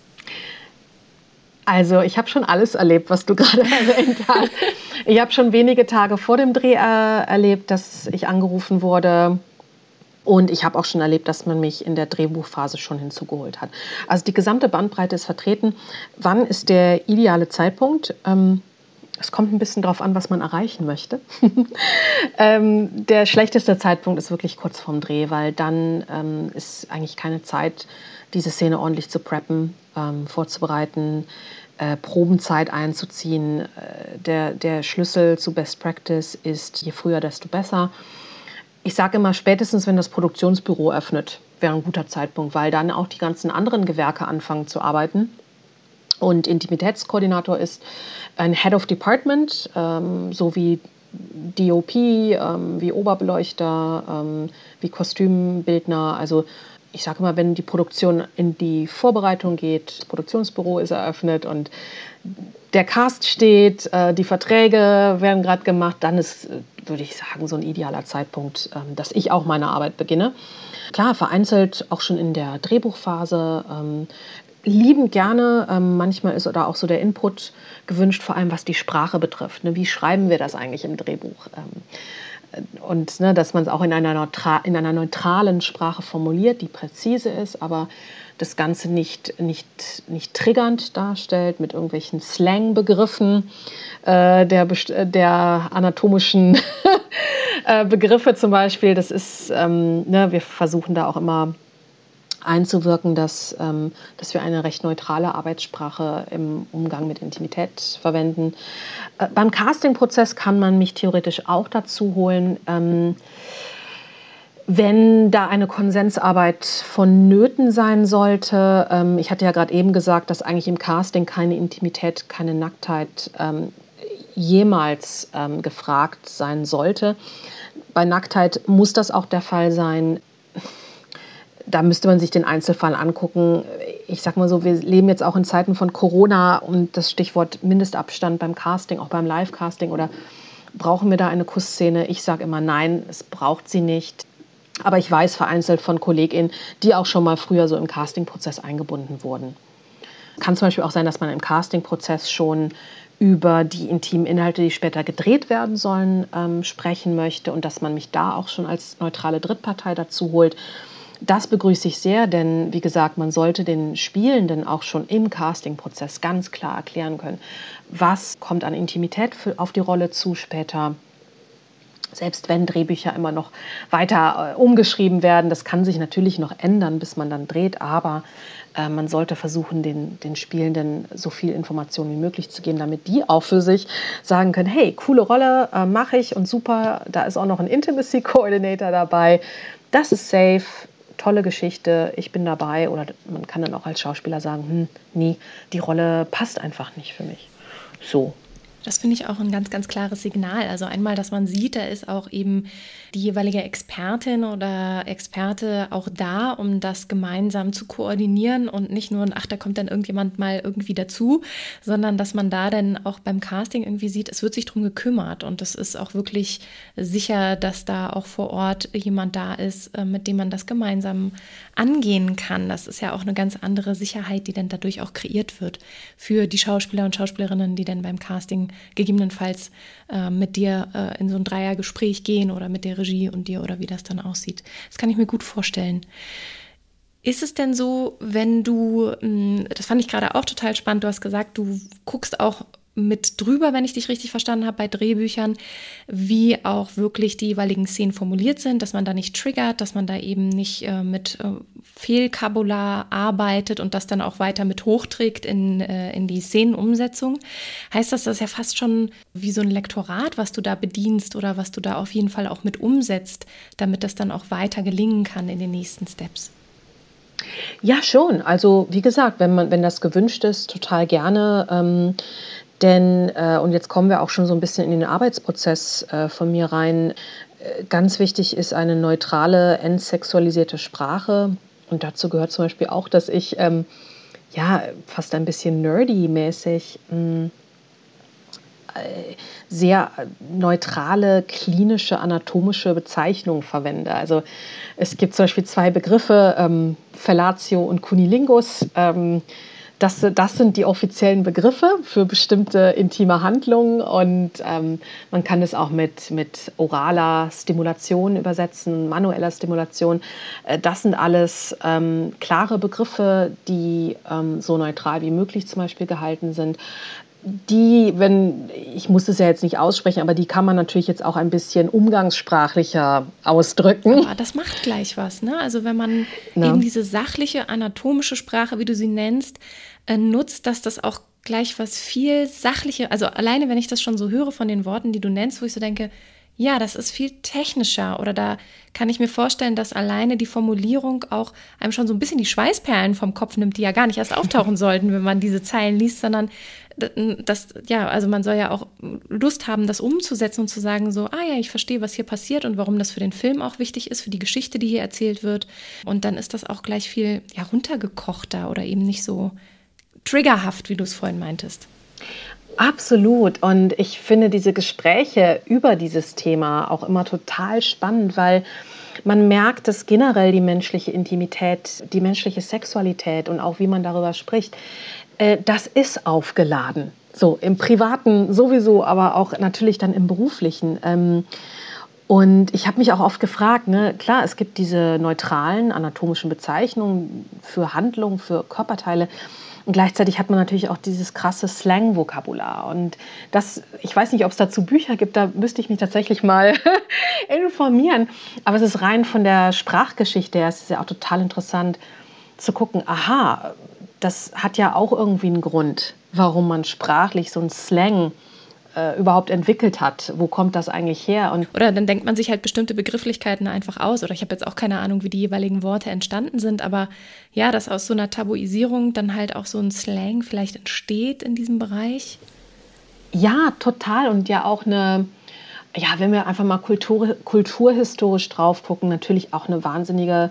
Also ich habe schon alles erlebt, was du gerade erwähnt hast. Ich habe schon wenige Tage vor dem Dreh äh, erlebt, dass ich angerufen wurde. Und ich habe auch schon erlebt, dass man mich in der Drehbuchphase schon hinzugeholt hat. Also die gesamte Bandbreite ist vertreten. Wann ist der ideale Zeitpunkt? Ähm, es kommt ein bisschen darauf an, was man erreichen möchte. ähm, der schlechteste Zeitpunkt ist wirklich kurz vorm Dreh, weil dann ähm, ist eigentlich keine Zeit, diese Szene ordentlich zu preppen, ähm, vorzubereiten, äh, Probenzeit einzuziehen. Äh, der, der Schlüssel zu Best Practice ist, je früher, desto besser. Ich sage immer, spätestens wenn das Produktionsbüro öffnet, wäre ein guter Zeitpunkt, weil dann auch die ganzen anderen Gewerke anfangen zu arbeiten. Und Intimitätskoordinator ist ein Head of Department, ähm, so wie D O P, ähm, wie Oberbeleuchter, ähm, wie Kostümbildner. Also ich sage immer, wenn die Produktion in die Vorbereitung geht, das Produktionsbüro ist eröffnet und der Cast steht, äh, die Verträge werden gerade gemacht, dann ist, würde ich sagen, so ein idealer Zeitpunkt, ähm, dass ich auch meine Arbeit beginne. Klar, vereinzelt auch schon in der Drehbuchphase, ähm, liebend gerne. Ähm, manchmal ist oder auch so der Input gewünscht, vor allem was die Sprache betrifft. Ne? Wie schreiben wir das eigentlich im Drehbuch? Ähm, und ne, dass man es auch in einer, neutra- in einer neutralen Sprache formuliert, die präzise ist, aber das Ganze nicht, nicht, nicht triggernd darstellt mit irgendwelchen Slang-Begriffen äh, der, der anatomischen Begriffe zum Beispiel. Das ist, ähm, ne, wir versuchen da auch immer einzuwirken, dass, ähm, dass wir eine recht neutrale Arbeitssprache im Umgang mit Intimität verwenden. Äh, beim Castingprozess kann man mich theoretisch auch dazu holen, ähm, wenn da eine Konsensarbeit vonnöten sein sollte. Ähm, ich hatte ja gerade eben gesagt, dass eigentlich im Casting keine Intimität, keine Nacktheit ähm, jemals ähm, gefragt sein sollte. Bei Nacktheit muss das auch der Fall sein. Da müsste man sich den Einzelfall angucken. Ich sag mal so, wir leben jetzt auch in Zeiten von Corona und das Stichwort Mindestabstand beim Casting, auch beim Live-Casting, oder brauchen wir da eine Kussszene? Ich sage immer nein, es braucht sie nicht. Aber ich weiß vereinzelt von KollegInnen, die auch schon mal früher so im Castingprozess eingebunden wurden. Kann zum Beispiel auch sein, dass man im Castingprozess schon über die intimen Inhalte, die später gedreht werden sollen, ähm, sprechen möchte und dass man mich da auch schon als neutrale Drittpartei dazu holt. Das begrüße ich sehr, denn wie gesagt, man sollte den Spielenden auch schon im Castingprozess ganz klar erklären können, was kommt an Intimität für, auf die Rolle zu später. Selbst wenn Drehbücher immer noch weiter äh, umgeschrieben werden, das kann sich natürlich noch ändern, bis man dann dreht, aber äh, man sollte versuchen, den, den Spielenden so viel Information wie möglich zu geben, damit die auch für sich sagen können, hey, coole Rolle, äh, mache ich und super, da ist auch noch ein Intimacy Coordinator dabei, das ist safe, tolle Geschichte, ich bin dabei. Oder man kann dann auch als Schauspieler sagen, hm, nee, die Rolle passt einfach nicht für mich. So. Das finde ich auch ein ganz, ganz klares Signal. Also einmal, dass man sieht, da ist auch eben die jeweilige Expertin oder Experte auch da, um das gemeinsam zu koordinieren und nicht nur, ach, da kommt dann irgendjemand mal irgendwie dazu, sondern dass man da dann auch beim Casting irgendwie sieht, es wird sich drum gekümmert und es ist auch wirklich sicher, dass da auch vor Ort jemand da ist, mit dem man das gemeinsam angehen kann. Das ist ja auch eine ganz andere Sicherheit, die dann dadurch auch kreiert wird für die Schauspieler und Schauspielerinnen, die dann beim Casting gegebenenfalls äh, mit dir äh, in so ein Dreiergespräch gehen oder mit der Regie und dir oder wie das dann aussieht. Das kann ich mir gut vorstellen. Ist es denn so, wenn du, mh, das fand ich gerade auch total spannend, du hast gesagt, du guckst auch mit drüber, wenn ich dich richtig verstanden habe, bei Drehbüchern, wie auch wirklich die jeweiligen Szenen formuliert sind, dass man da nicht triggert, dass man da eben nicht äh, mit äh, Fehlkabular arbeitet und das dann auch weiter mit hochträgt in, äh, in die Szenenumsetzung. Heißt das, das ist ja fast schon wie so ein Lektorat, was du da bedienst oder was du da auf jeden Fall auch mit umsetzt, damit das dann auch weiter gelingen kann in den nächsten Steps? Ja, schon. Also wie gesagt, wenn man, wenn das gewünscht ist, total gerne. Ähm, Denn, äh, und jetzt kommen wir auch schon so ein bisschen in den Arbeitsprozess äh, von mir rein, äh, ganz wichtig ist eine neutrale, entsexualisierte Sprache. Und dazu gehört zum Beispiel auch, dass ich ähm, ja fast ein bisschen nerdy-mäßig mh, äh, sehr neutrale, klinische, anatomische Bezeichnungen verwende. Also es gibt zum Beispiel zwei Begriffe, ähm, Fellatio und Cunnilingus. Ähm, Das, das sind die offiziellen Begriffe für bestimmte intime Handlungen und ähm, man kann es auch mit, mit oraler Stimulation übersetzen, manueller Stimulation. Äh, das sind alles ähm, klare Begriffe, die ähm, so neutral wie möglich zum Beispiel gehalten sind. Die, wenn, ich muss es ja jetzt nicht aussprechen, aber die kann man natürlich jetzt auch ein bisschen umgangssprachlicher ausdrücken. Aber das macht gleich was, ne? Also wenn man ja. eben diese sachliche, anatomische Sprache, wie du sie nennst, äh, nutzt, dass das auch gleich was viel sachliche, also alleine, wenn ich das schon so höre von den Worten, die du nennst, wo ich so denke, ja, das ist viel technischer oder da kann ich mir vorstellen, dass alleine die Formulierung auch einem schon so ein bisschen die Schweißperlen vom Kopf nimmt, die ja gar nicht erst auftauchen sollten, wenn man diese Zeilen liest, sondern das, ja, also man soll ja auch Lust haben, das umzusetzen und zu sagen so, ah ja, ich verstehe, was hier passiert und warum das für den Film auch wichtig ist, für die Geschichte, die hier erzählt wird. Und dann ist das auch gleich viel ja, runtergekochter oder eben nicht so triggerhaft, wie du es vorhin meintest. Absolut. Und ich finde diese Gespräche über dieses Thema auch immer total spannend, weil man merkt, dass generell die menschliche Intimität, die menschliche Sexualität und auch wie man darüber spricht, äh, das ist aufgeladen. So im Privaten sowieso, aber auch natürlich dann im Beruflichen. Ähm, und ich habe mich auch oft gefragt, ne, klar, es gibt diese neutralen anatomischen Bezeichnungen für Handlungen, für Körperteile. Und gleichzeitig hat man natürlich auch dieses krasse Slang-Vokabular. Und das, ich weiß nicht, ob es dazu Bücher gibt, da müsste ich mich tatsächlich mal informieren. Aber es ist rein von der Sprachgeschichte her, es ist ja auch total interessant, zu gucken, aha, das hat ja auch irgendwie einen Grund, warum man sprachlich so einen Slang äh, überhaupt entwickelt hat. Wo kommt das eigentlich her? Und oder dann denkt man sich halt bestimmte Begrifflichkeiten einfach aus. Oder ich habe jetzt auch keine Ahnung, wie die jeweiligen Worte entstanden sind. Aber ja, dass aus so einer Tabuisierung dann halt auch so ein Slang vielleicht entsteht in diesem Bereich. Ja, total. Und ja auch eine, ja, wenn wir einfach mal Kultur, kulturhistorisch drauf gucken, natürlich auch eine wahnsinnige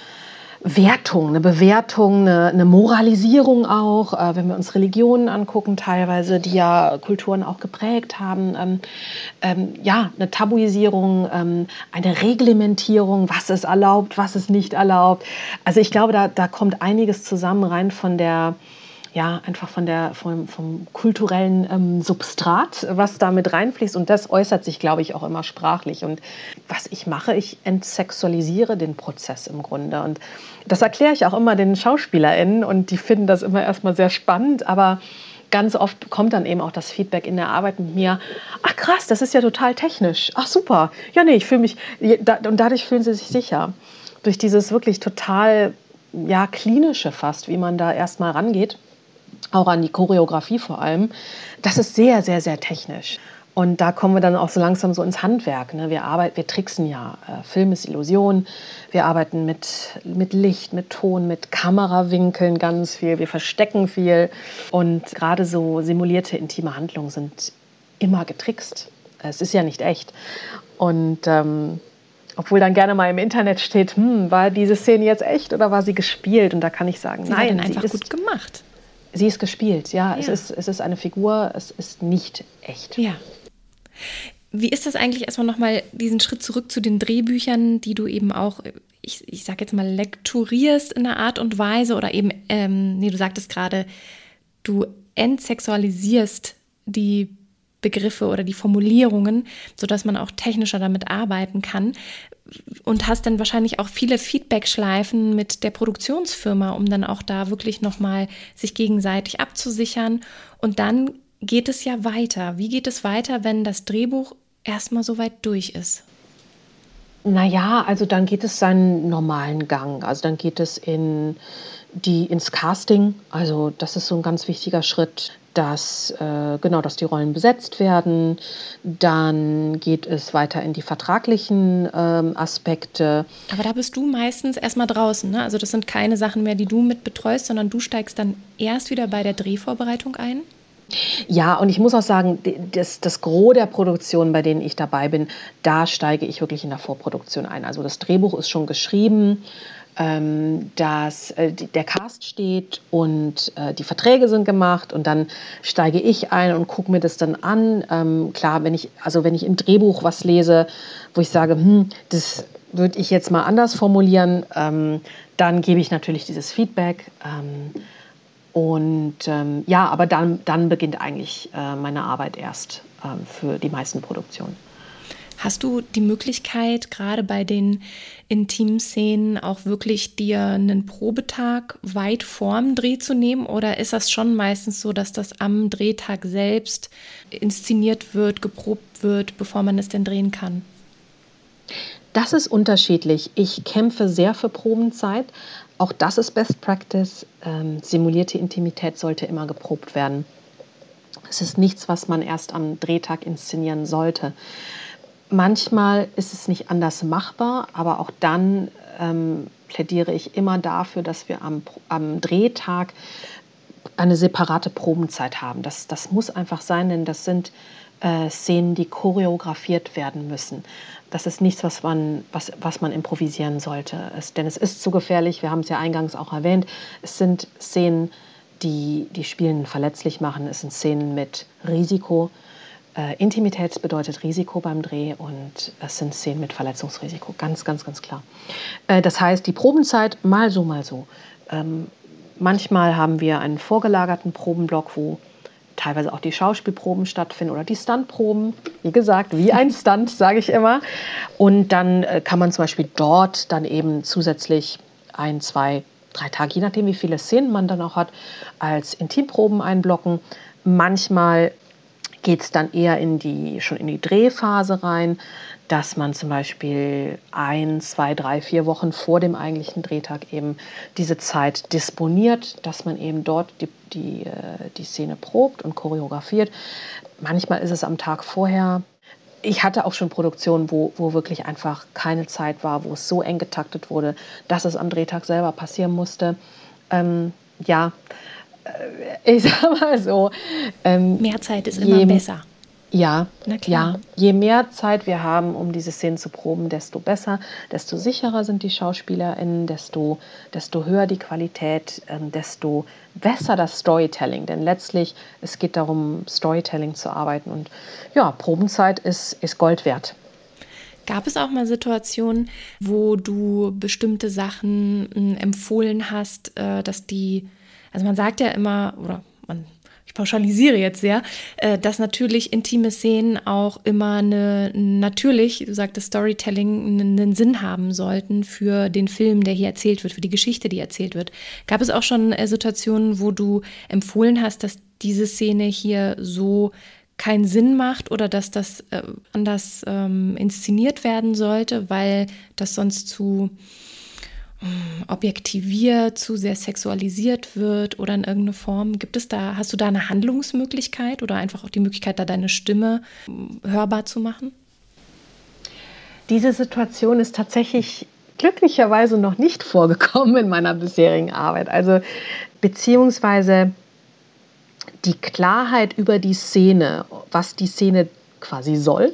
Wertung, eine Bewertung, eine, eine Moralisierung auch, äh, wenn wir uns Religionen angucken, teilweise, die ja Kulturen auch geprägt haben. Ähm, ähm, ja, eine Tabuisierung, ähm, eine Reglementierung, was ist erlaubt, was ist nicht erlaubt. Also ich glaube, da, da kommt einiges zusammen rein von der, ja, einfach von der, vom, vom kulturellen ähm, Substrat, was da mit reinfließt. Und das äußert sich, glaube ich, auch immer sprachlich. Und was ich mache, ich entsexualisiere den Prozess im Grunde. Und das erkläre ich auch immer den SchauspielerInnen. Und die finden das immer erstmal sehr spannend. Aber ganz oft kommt dann eben auch das Feedback in der Arbeit mit mir, ach krass, das ist ja total technisch. Ach super. Ja, nee, ich fühle mich, und dadurch fühlen sie sich sicher. Durch dieses wirklich total, ja, klinische fast, wie man da erstmal rangeht. Auch an die Choreografie vor allem, das ist sehr, sehr, sehr technisch. Und da kommen wir dann auch so langsam so ins Handwerk. Ne? Wir arbeiten, wir tricksen ja. Äh, Film ist Illusion. Wir arbeiten mit, mit Licht, mit Ton, mit Kamerawinkeln ganz viel. Wir verstecken viel. Und gerade so simulierte intime Handlungen sind immer getrickst. Es ist ja nicht echt. Und ähm, obwohl dann gerne mal im Internet steht, hm, war diese Szene jetzt echt oder war sie gespielt? Und da kann ich sagen, sie nein, einfach sie ist gut gemacht. Sie ist gespielt, ja. ja. Es ist, es ist eine Figur, es ist nicht echt. Ja. Wie ist das eigentlich erstmal nochmal diesen Schritt zurück zu den Drehbüchern, die du eben auch, ich, ich sag jetzt mal, lekturierst in einer Art und Weise oder eben, ähm, nee, du sagtest gerade, du entsexualisierst die Begriffe oder die Formulierungen, sodass man auch technischer damit arbeiten kann. Und hast dann wahrscheinlich auch viele Feedback-Schleifen mit der Produktionsfirma, um dann auch da wirklich nochmal sich gegenseitig abzusichern. Und dann geht es ja weiter. Wie geht es weiter, wenn das Drehbuch erstmal so weit durch ist? Naja, also dann geht es seinen normalen Gang. Also dann geht es in die, ins Casting. Also das ist so ein ganz wichtiger Schritt. Dass, äh, genau, dass die Rollen besetzt werden. Dann geht es weiter in die vertraglichen ähm, Aspekte. Aber da bist du meistens erstmal draußen, ne? Also das sind keine Sachen mehr, die du mit betreust, sondern du steigst dann erst wieder bei der Drehvorbereitung ein? Ja, und ich muss auch sagen, das, das Gros der Produktionen, bei denen ich dabei bin, da steige ich wirklich in der Vorproduktion ein. Also das Drehbuch ist schon geschrieben, ähm, dass äh, die, der Cast steht und äh, die Verträge sind gemacht und dann steige ich ein und gucke mir das dann an. Ähm, klar, wenn ich, also wenn ich im Drehbuch was lese, wo ich sage, hm, das würde ich jetzt mal anders formulieren, ähm, dann gebe ich natürlich dieses Feedback. Ähm, und ähm, ja, aber dann, dann beginnt eigentlich äh, meine Arbeit erst ähm, für die meisten Produktionen. Hast du die Möglichkeit, gerade bei den Intimszenen auch wirklich dir einen Probetag weit vorm Dreh zu nehmen? Oder ist das schon meistens so, dass das am Drehtag selbst inszeniert wird, geprobt wird, bevor man es denn drehen kann? Das ist unterschiedlich. Ich kämpfe sehr für Probenzeit. Auch das ist Best Practice. Ähm, simulierte Intimität sollte immer geprobt werden. Es ist nichts, was man erst am Drehtag inszenieren sollte. Manchmal ist es nicht anders machbar, aber auch dann ähm, plädiere ich immer dafür, dass wir am, am Drehtag eine separate Probenzeit haben. Das, das muss einfach sein, denn das sind äh, Szenen, die choreografiert werden müssen. Das ist nichts, was man, was, was man improvisieren sollte. Es, denn es ist zu gefährlich, wir haben es ja eingangs auch erwähnt. Es sind Szenen, die die Spielenden verletzlich machen. Es sind Szenen mit Risiko. Äh, Intimität bedeutet Risiko beim Dreh und es sind Szenen mit Verletzungsrisiko, ganz, ganz, ganz klar. Äh, das heißt, die Probenzeit mal so, mal so. Ähm, manchmal haben wir einen vorgelagerten Probenblock, wo teilweise auch die Schauspielproben stattfinden oder die Stuntproben. Wie gesagt, wie ein Stunt, sage ich immer. Und dann äh, kann man zum Beispiel dort dann eben zusätzlich ein, zwei, drei Tage, je nachdem, wie viele Szenen man dann auch hat, als Intimproben einblocken. Manchmal geht es dann eher in die, schon in die Drehphase rein, dass man zum Beispiel ein, zwei, drei, vier Wochen vor dem eigentlichen Drehtag eben diese Zeit disponiert, dass man eben dort die, die, die Szene probt und choreografiert. Manchmal ist es am Tag vorher. Ich hatte auch schon Produktionen, wo, wo wirklich einfach keine Zeit war, wo es so eng getaktet wurde, dass es am Drehtag selber passieren musste. Ähm, ja, ich sag mal so. Ähm, Mehr Zeit ist immer besser. Ja, ja, je mehr Zeit wir haben, um diese Szenen zu proben, desto besser, desto sicherer sind die SchauspielerInnen, desto, desto höher die Qualität, ähm, desto besser das Storytelling. Denn letztlich, es geht darum, Storytelling zu arbeiten. Und ja, Probenzeit ist, ist Gold wert. Gab es auch mal Situationen, wo du bestimmte Sachen äh, empfohlen hast, äh, dass die, also man sagt ja immer, oder man ich pauschalisiere jetzt sehr, dass natürlich intime Szenen auch immer eine, natürlich, du sagtest Storytelling, einen Sinn haben sollten für den Film, der hier erzählt wird, für die Geschichte, die erzählt wird. Gab es auch schon Situationen, wo du empfohlen hast, dass diese Szene hier so keinen Sinn macht oder dass das äh, anders ähm, inszeniert werden sollte, weil das sonst zu objektiviert, zu sehr sexualisiert wird oder in irgendeiner Form? Gibt es da, hast du da eine Handlungsmöglichkeit oder einfach auch die Möglichkeit, da deine Stimme hörbar zu machen? Diese Situation ist tatsächlich glücklicherweise noch nicht vorgekommen in meiner bisherigen Arbeit. Also beziehungsweise die Klarheit über die Szene, was die Szene quasi soll,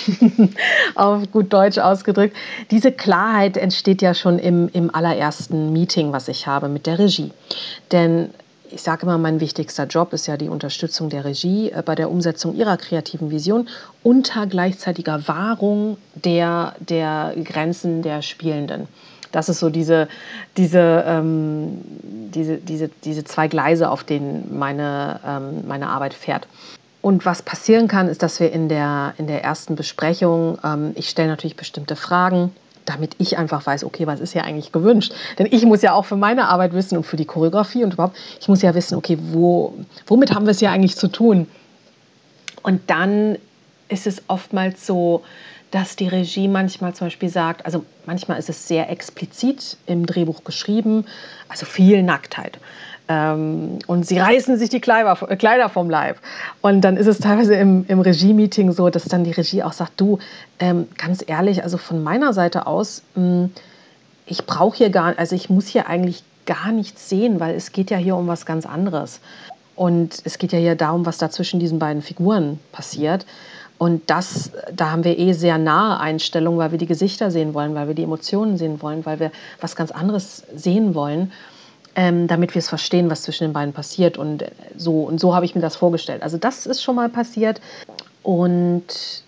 auf gut Deutsch ausgedrückt. Diese Klarheit entsteht ja schon im, im allerersten Meeting, was ich habe mit der Regie. Denn ich sage immer, mein wichtigster Job ist ja die Unterstützung der Regie bei der Umsetzung ihrer kreativen Vision unter gleichzeitiger Wahrung der, der Grenzen der Spielenden. Das ist so diese, diese, ähm, diese, diese, diese zwei Gleise, auf denen meine, ähm, meine Arbeit fährt. Und was passieren kann, ist, dass wir in der, in der ersten Besprechung, ähm, ich stelle natürlich bestimmte Fragen, damit ich einfach weiß, okay, was ist hier eigentlich gewünscht? Denn ich muss ja auch für meine Arbeit wissen und für die Choreografie und überhaupt, ich muss ja wissen, okay, wo, womit haben wir es hier eigentlich zu tun? Und dann ist es oftmals so, dass die Regie manchmal zum Beispiel sagt, also manchmal ist es sehr explizit im Drehbuch geschrieben, also viel Nacktheit. Und sie reißen sich die Kleider vom Leib. Und dann ist es teilweise im, im Regie-Meeting so, dass dann die Regie auch sagt, du, ähm, ganz ehrlich, also von meiner Seite aus, mh, ich brauche hier gar, also ich muss hier eigentlich gar nichts sehen, weil es geht ja hier um was ganz anderes. Und es geht ja hier darum, was da zwischen diesen beiden Figuren passiert. Und das, da haben wir eh sehr nahe Einstellungen, weil wir die Gesichter sehen wollen, weil wir die Emotionen sehen wollen, weil wir was ganz anderes sehen wollen. Ähm, damit wir es verstehen, was zwischen den beiden passiert. Und so, und so habe ich mir das vorgestellt. Also das ist schon mal passiert. Und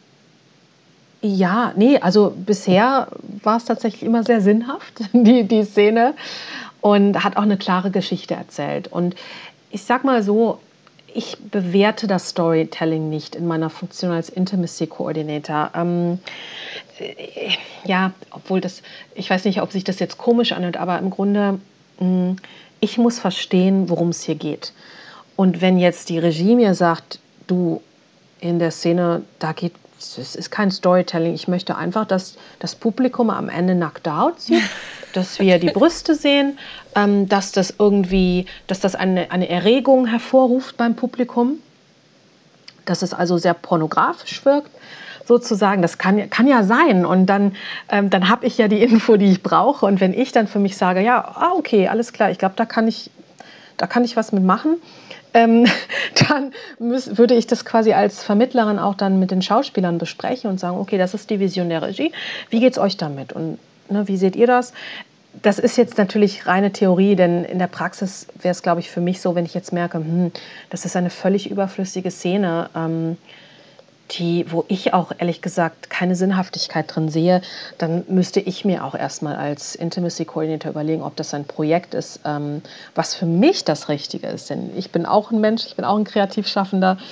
ja, nee, also bisher war es tatsächlich immer sehr sinnhaft, die, die Szene. Und hat auch eine klare Geschichte erzählt. Und ich sag mal so, ich bewerte das Storytelling nicht in meiner Funktion als Intimacy Coordinator. Ähm, äh, ja, obwohl das, ich weiß nicht, ob sich das jetzt komisch anhört, aber im Grunde ich muss verstehen, worum es hier geht. Und wenn jetzt die Regie mir sagt, du, in der Szene, da geht, es ist kein Storytelling, ich möchte einfach, dass das Publikum am Ende nackte Haut sieht, dass wir die Brüste sehen, ähm, dass das irgendwie, dass das eine, eine Erregung hervorruft beim Publikum, dass es also sehr pornografisch wirkt, sozusagen, das kann, kann ja sein. Und dann, ähm, dann habe ich ja die Info, die ich brauche. Und wenn ich dann für mich sage, ja, ah, okay, alles klar, ich glaube, da kann ich, da kann ich was mitmachen, ähm, dann müß, würde ich das quasi als Vermittlerin auch dann mit den Schauspielern besprechen und sagen, okay, das ist die Vision der Regie, wie geht's euch damit? Und ne, wie seht ihr das? Das ist jetzt natürlich reine Theorie, denn in der Praxis wäre es, glaube ich, für mich so, wenn ich jetzt merke, hm, das ist eine völlig überflüssige Szene, ähm, die, wo ich auch ehrlich gesagt keine Sinnhaftigkeit drin sehe, dann müsste ich mir auch erstmal als Intimacy Coordinator überlegen, ob das ein Projekt ist, ähm, was für mich das Richtige ist. Denn ich bin auch ein Mensch, ich bin auch ein Kreativschaffender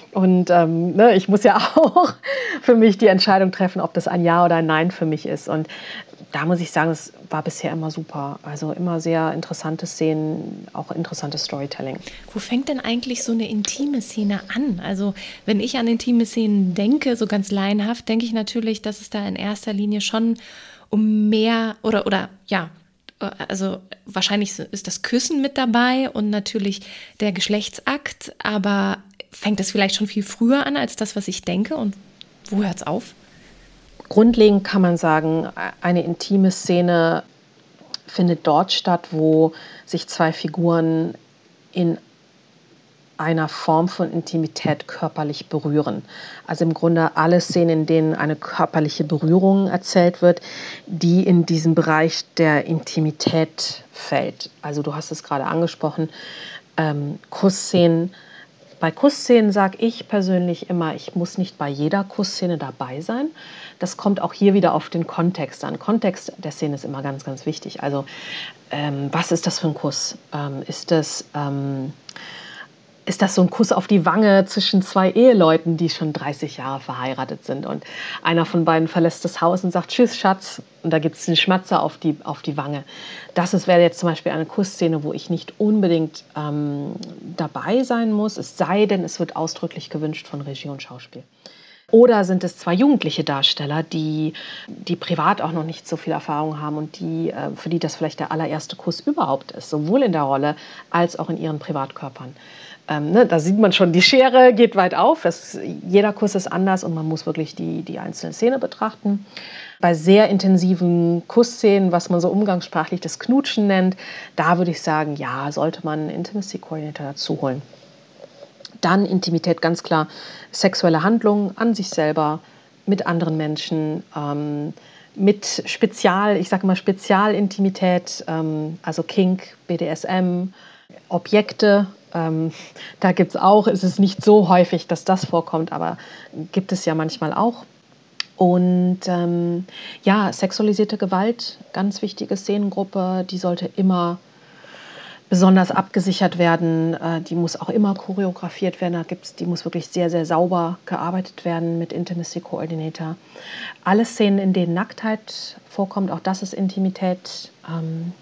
Und ähm, ne, ich muss ja auch für mich die Entscheidung treffen, ob das ein Ja oder ein Nein für mich ist. Und da muss ich sagen, es war bisher immer super. Also immer sehr interessante Szenen, auch interessantes Storytelling. Wo fängt denn eigentlich so eine intime Szene an? Also wenn ich an intime Szenen denke, so ganz laienhaft, denke ich natürlich, dass es da in erster Linie schon um mehr oder, oder ja, also wahrscheinlich ist das Küssen mit dabei und natürlich der Geschlechtsakt, aber fängt es vielleicht schon viel früher an als das, was ich denke? Und wo hört es auf? Grundlegend kann man sagen, eine intime Szene findet dort statt, wo sich zwei Figuren in einer Form von Intimität körperlich berühren. Also im Grunde alle Szenen, in denen eine körperliche Berührung erzählt wird, die in diesen Bereich der Intimität fällt. Also du hast es gerade angesprochen, ähm, Kussszenen. Bei Kussszenen sage ich persönlich immer, ich muss nicht bei jeder Kussszene dabei sein. Das kommt auch hier wieder auf den Kontext an. Kontext der Szene ist immer ganz, ganz wichtig. Also ähm, was ist das für ein Kuss? Ähm, ist das... Ähm, Ist das so ein Kuss auf die Wange zwischen zwei Eheleuten, die schon dreißig Jahre verheiratet sind? Und einer von beiden verlässt das Haus und sagt, tschüss, Schatz. Und da gibt es einen Schmatzer auf die, auf die Wange. Das ist, wäre jetzt zum Beispiel eine Kussszene, wo ich nicht unbedingt ähm, dabei sein muss, es sei denn, es wird ausdrücklich gewünscht von Regie und Schauspiel. Oder sind es zwei jugendliche Darsteller, die, die privat auch noch nicht so viel Erfahrung haben und die, äh, für die das vielleicht der allererste Kuss überhaupt ist, sowohl in der Rolle als auch in ihren Privatkörpern. Ähm, ne, da sieht man schon, die Schere geht weit auf. Das, jeder Kuss ist anders und man muss wirklich die, die einzelne Szene betrachten. Bei sehr intensiven Kussszenen, was man so umgangssprachlich das Knutschen nennt, da würde ich sagen, ja, sollte man einen Intimacy Coordinator dazu holen. Dann Intimität, ganz klar, sexuelle Handlungen an sich selber, mit anderen Menschen, ähm, mit Spezial, ich sage mal Spezialintimität, ähm, also Kink, B D S M, Objekte. Ähm, da gibt es auch, es ist nicht so häufig, dass das vorkommt, aber gibt es ja manchmal auch. Und ähm, ja, sexualisierte Gewalt, ganz wichtige Szenengruppe, die sollte immer besonders abgesichert werden. Äh, die muss auch immer choreografiert werden. Da gibt's, die muss wirklich sehr, sehr sauber gearbeitet werden mit Intimacy Coordinator. Alle Szenen, in denen Nacktheit vorkommt, auch das ist Intimität. Ähm,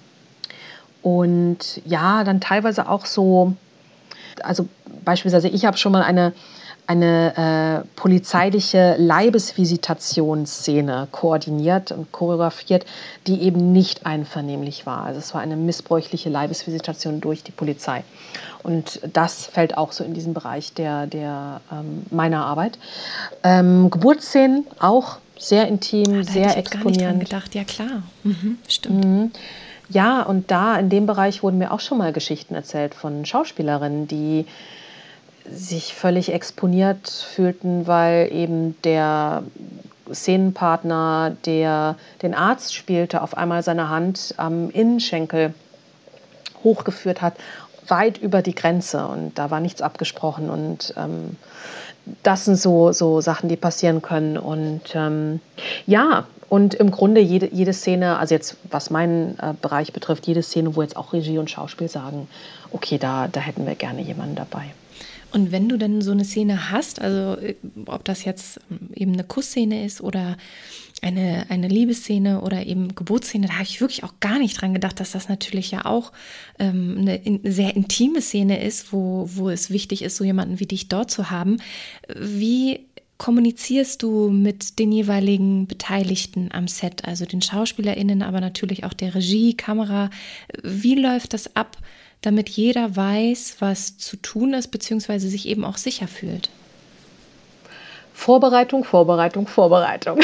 und ja, dann teilweise auch so, also beispielsweise ich habe schon mal eine, eine äh, polizeiliche Leibesvisitationsszene koordiniert und choreografiert, die eben nicht einvernehmlich war. Also es war eine missbräuchliche Leibesvisitation durch die Polizei. Und das fällt auch so in diesen Bereich der, der, ähm, meiner Arbeit. Ähm, Geburtsszenen auch sehr intim, ah, da sehr hätte ich jetzt exponierend. gar nicht dran gedacht. Ja klar, mhm, stimmt. Mhm. Ja, und da in dem Bereich wurden mir auch schon mal Geschichten erzählt von Schauspielerinnen, die sich völlig exponiert fühlten, weil eben der Szenenpartner, der den Arzt spielte, auf einmal seine Hand am Innenschenkel hochgeführt hat, weit über die Grenze. Und da war nichts abgesprochen. Und ähm, das sind so, so Sachen, die passieren können. Und ähm, ja, und im Grunde jede, jede Szene, also jetzt was meinen äh, Bereich betrifft, jede Szene, wo jetzt auch Regie und Schauspiel sagen, okay, da, da hätten wir gerne jemanden dabei. Und wenn du denn so eine Szene hast, also ob das jetzt eben eine Kussszene ist oder eine, eine Liebesszene oder eben Geburtsszene, da habe ich wirklich auch gar nicht dran gedacht, dass das natürlich ja auch ähm, eine in, sehr intime Szene ist, wo, wo es wichtig ist, so jemanden wie dich dort zu haben. Wie kommunizierst du mit den jeweiligen Beteiligten am Set, also den SchauspielerInnen, aber natürlich auch der Regie, Kamera? Wie läuft das ab, damit jeder weiß, was zu tun ist, beziehungsweise sich eben auch sicher fühlt? Vorbereitung, Vorbereitung, Vorbereitung.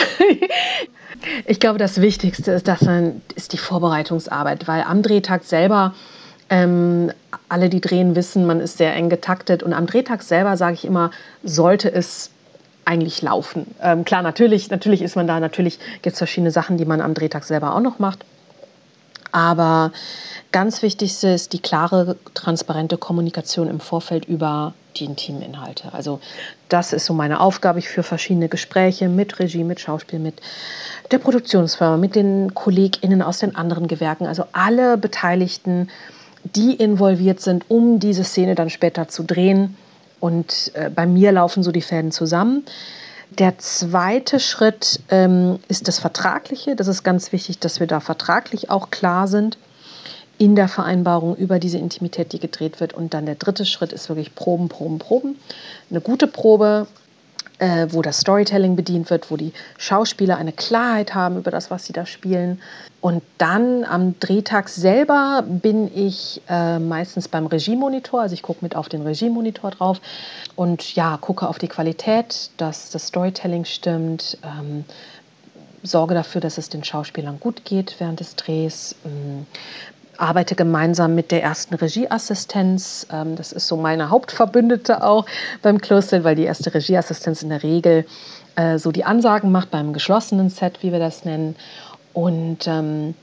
Ich glaube, das Wichtigste ist, dass man, ist die Vorbereitungsarbeit, weil am Drehtag selber, ähm, alle, die drehen, wissen, man ist sehr eng getaktet. Und am Drehtag selber, sage ich immer, sollte es eigentlich laufen. Ähm, klar, natürlich, natürlich ist man da, natürlich gibt es verschiedene Sachen, die man am Drehtag selber auch noch macht. Aber ganz wichtigste ist die klare, transparente Kommunikation im Vorfeld über die intimen Inhalte. Also das ist so meine Aufgabe. Ich führe verschiedene Gespräche mit Regie, mit Schauspiel, mit der Produktionsfirma, mit den KollegInnen aus den anderen Gewerken. Also alle Beteiligten, die involviert sind, um diese Szene dann später zu drehen, Und äh, bei mir laufen so die Fäden zusammen. Der zweite Schritt ähm, ist das Vertragliche. Das ist ganz wichtig, dass wir da vertraglich auch klar sind in der Vereinbarung über diese Intimität, die gedreht wird. Und dann der dritte Schritt ist wirklich Proben, Proben, Proben. Eine gute Probe, äh, wo das Storytelling bedient wird, wo die Schauspieler eine Klarheit haben über das, was sie da spielen. Und dann am Drehtag selber bin ich äh, meistens beim Regiemonitor, also ich gucke mit auf den Regiemonitor drauf und ja, gucke auf die Qualität, dass das Storytelling stimmt, ähm, sorge dafür, dass es den Schauspielern gut geht während des Drehs, ähm, arbeite gemeinsam mit der ersten Regieassistenz. Ähm, das ist so meine Hauptverbündete auch beim Close-Set, weil die erste Regieassistenz in der Regel äh, so die Ansagen macht beim geschlossenen Set, wie wir das nennen. Und ähm,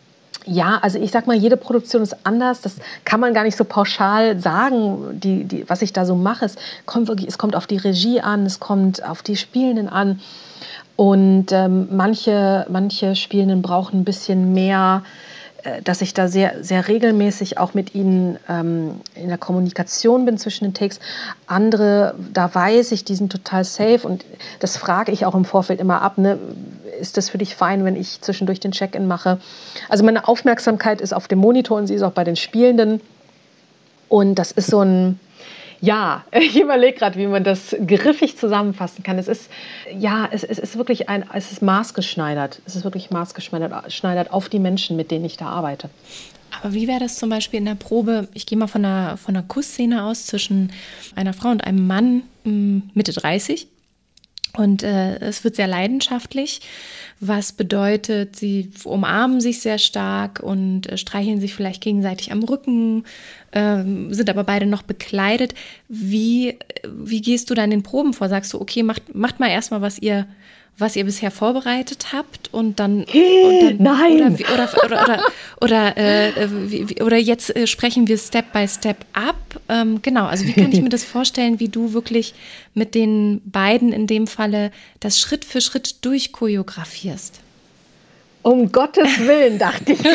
ja, also ich sag mal, jede Produktion ist anders. Das kann man gar nicht so pauschal sagen, die, die, was ich da so mache. Es kommt wirklich, es kommt auf die Regie an, es kommt auf die Spielenden an. Und ähm, manche, manche Spielenden brauchen ein bisschen mehr, äh, dass ich da sehr, sehr regelmäßig auch mit ihnen ähm, in der Kommunikation bin zwischen den Takes. Andere, da weiß ich, die sind total safe. Und das frage ich auch im Vorfeld immer ab, ne? Ist das für dich fein, wenn ich zwischendurch den Check-in mache? Also meine Aufmerksamkeit ist auf dem Monitor und sie ist auch bei den Spielenden. Und das ist so ein, ja, ich überlege gerade, wie man das griffig zusammenfassen kann. Es ist, ja, es, es ist wirklich ein, es ist maßgeschneidert. Es ist wirklich maßgeschneidert schneidert auf die Menschen, mit denen ich da arbeite. Aber wie wäre das zum Beispiel in der Probe? Ich gehe mal von einer, von einer Kussszene aus zwischen einer Frau und einem Mann Mitte dreißig. Und äh, es wird sehr leidenschaftlich, was bedeutet, sie umarmen sich sehr stark und äh, streicheln sich vielleicht gegenseitig am Rücken, äh, sind aber beide noch bekleidet. Wie, wie gehst du da in den Proben vor? Sagst du, okay, macht, macht mal erstmal, was ihr, was ihr bisher vorbereitet habt und dann, und dann nein oder oder oder oder, oder, äh, wie, oder jetzt äh, sprechen wir Step by Step ab. Ähm, genau, also wie kann ich mir das vorstellen, wie du wirklich mit den beiden in dem Falle das Schritt für Schritt durchchoreografierst? Um Gottes Willen, dachte ich.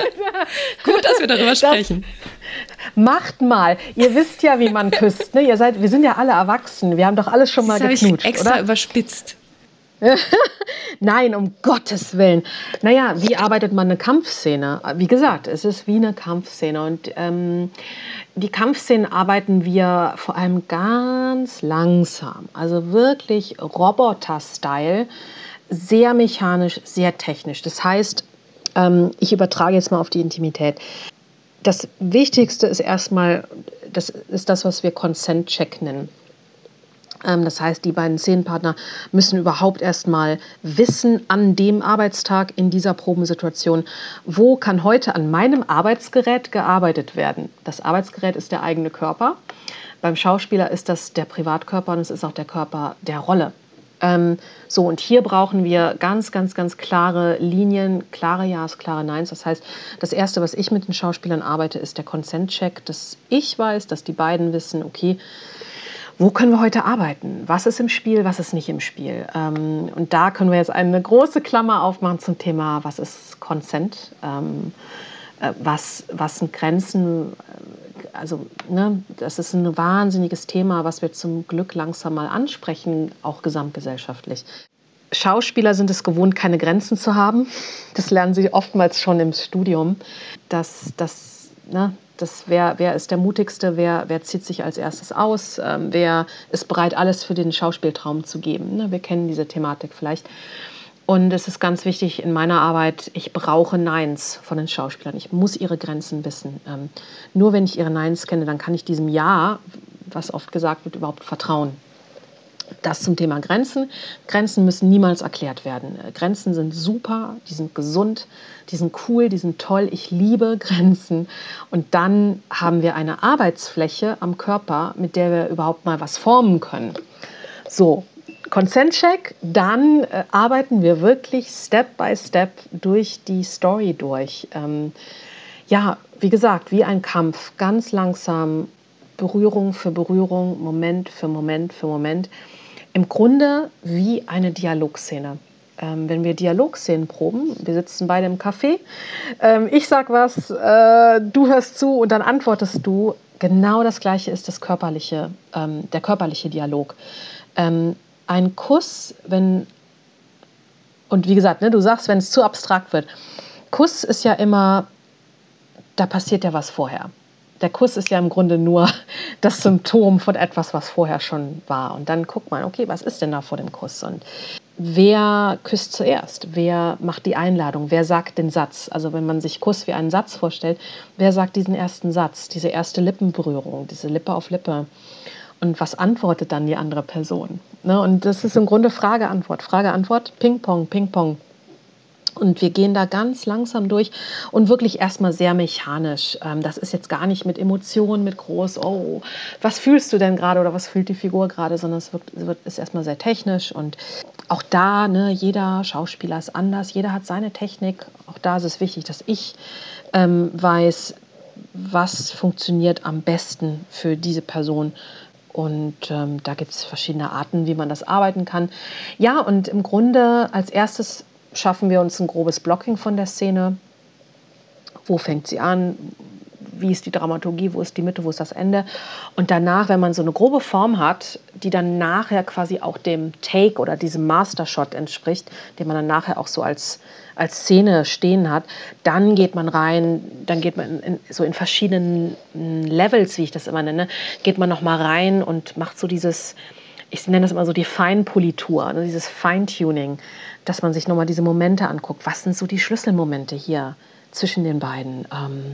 Gut, dass wir darüber sprechen. Das, macht mal. Ihr wisst ja, wie man küsst. Ne? Ihr seid, wir sind ja alle erwachsen. Wir haben doch alles schon mal das geknutscht, ich extra oder? Überspitzt. Nein, um Gottes Willen. Naja, wie arbeitet man eine Kampfszene? Wie gesagt, es ist wie eine Kampfszene. Und ähm, die Kampfszenen arbeiten wir vor allem ganz langsam. Also wirklich Roboter-Style. Sehr mechanisch, sehr technisch. Das heißt, ähm, ich übertrage jetzt mal auf die Intimität. Das Wichtigste ist erstmal, das ist das, was wir Consent-Check nennen. Das heißt, die beiden Szenenpartner müssen überhaupt erstmal wissen an dem Arbeitstag in dieser Probensituation, wo kann heute an meinem Arbeitsgerät gearbeitet werden. Das Arbeitsgerät ist der eigene Körper. Beim Schauspieler ist das der Privatkörper und es ist auch der Körper der Rolle. Ähm, so, und hier brauchen wir ganz, ganz, ganz klare Linien, klare Ja's, klare Neins. Das heißt, das Erste, was ich mit den Schauspielern arbeite, ist der Consent-Check, dass ich weiß, dass die beiden wissen, okay, wo können wir heute arbeiten? Was ist im Spiel, was ist nicht im Spiel? Ähm, und da können wir jetzt eine große Klammer aufmachen zum Thema, was ist Consent? Ähm, äh, was, was sind Grenzen? Also, ne, das ist ein wahnsinniges Thema, was wir zum Glück langsam mal ansprechen, auch gesamtgesellschaftlich. Schauspieler sind es gewohnt, keine Grenzen zu haben. Das lernen sie oftmals schon im Studium. Das, das, ne, Das, wer, wer ist der Mutigste, wer, wer zieht sich als erstes aus, ähm, wer ist bereit, alles für den Schauspieltraum zu geben. Ne? Wir kennen diese Thematik vielleicht. Und es ist ganz wichtig in meiner Arbeit, ich brauche Neins von den Schauspielern. Ich muss ihre Grenzen wissen. Ähm, nur wenn ich ihre Neins kenne, dann kann ich diesem Ja, was oft gesagt wird, überhaupt vertrauen. Das zum Thema Grenzen. Grenzen müssen niemals erklärt werden. Grenzen sind super, die sind gesund, die sind cool, die sind toll. Ich liebe Grenzen. Und dann haben wir eine Arbeitsfläche am Körper, mit der wir überhaupt mal was formen können. So, Consent-Check, dann äh, arbeiten wir wirklich Step by Step durch die Story durch. Ähm, ja, wie gesagt, wie ein Kampf, ganz langsam, Berührung für Berührung, Moment für Moment für Moment. Im Grunde wie eine Dialogszene. Ähm, wenn wir Dialogszenen proben, wir sitzen beide im Café, ähm, ich sag was, äh, du hörst zu und dann antwortest du, genau das Gleiche ist das körperliche, ähm, der körperliche Dialog. Ähm, ein Kuss, wenn, und wie gesagt, ne, du sagst, wenn es zu abstrakt wird, Kuss ist ja immer, da passiert ja was vorher. Der Kuss ist ja im Grunde nur das Symptom von etwas, was vorher schon war. Und dann guckt man, okay, was ist denn da vor dem Kuss? Und wer küsst zuerst? Wer macht die Einladung? Wer sagt den Satz? Also wenn man sich Kuss wie einen Satz vorstellt, wer sagt diesen ersten Satz, diese erste Lippenberührung, diese Lippe auf Lippe? Und was antwortet dann die andere Person? Ne? Und das ist im Grunde Frage-Antwort, Frage-Antwort, Ping-Pong, Ping-Pong. Und wir gehen da ganz langsam durch und wirklich erstmal sehr mechanisch. Das ist jetzt gar nicht mit Emotionen, mit groß, oh, was fühlst du denn gerade oder was fühlt die Figur gerade, sondern es wird, es wird, ist erstmal sehr technisch. Und auch da, ne, jeder Schauspieler ist anders, jeder hat seine Technik. Auch da ist es wichtig, dass ich ähm, weiß, was funktioniert am besten für diese Person. Und ähm, da gibt es verschiedene Arten, wie man das arbeiten kann. Ja, und im Grunde als erstes schaffen wir uns ein grobes Blocking von der Szene. Wo fängt sie an? Wie ist die Dramaturgie? Wo ist die Mitte? Wo ist das Ende? Und danach, wenn man so eine grobe Form hat, die dann nachher quasi auch dem Take oder diesem Mastershot entspricht, den man dann nachher auch so als, als Szene stehen hat, dann geht man rein, dann geht man in, so in verschiedenen Levels, wie ich das immer nenne, geht man noch mal rein und macht so dieses, ich nenne das immer so die Feinpolitur, also dieses Feintuning, dass man sich nochmal diese Momente anguckt. Was sind so die Schlüsselmomente hier zwischen den beiden? Ähm,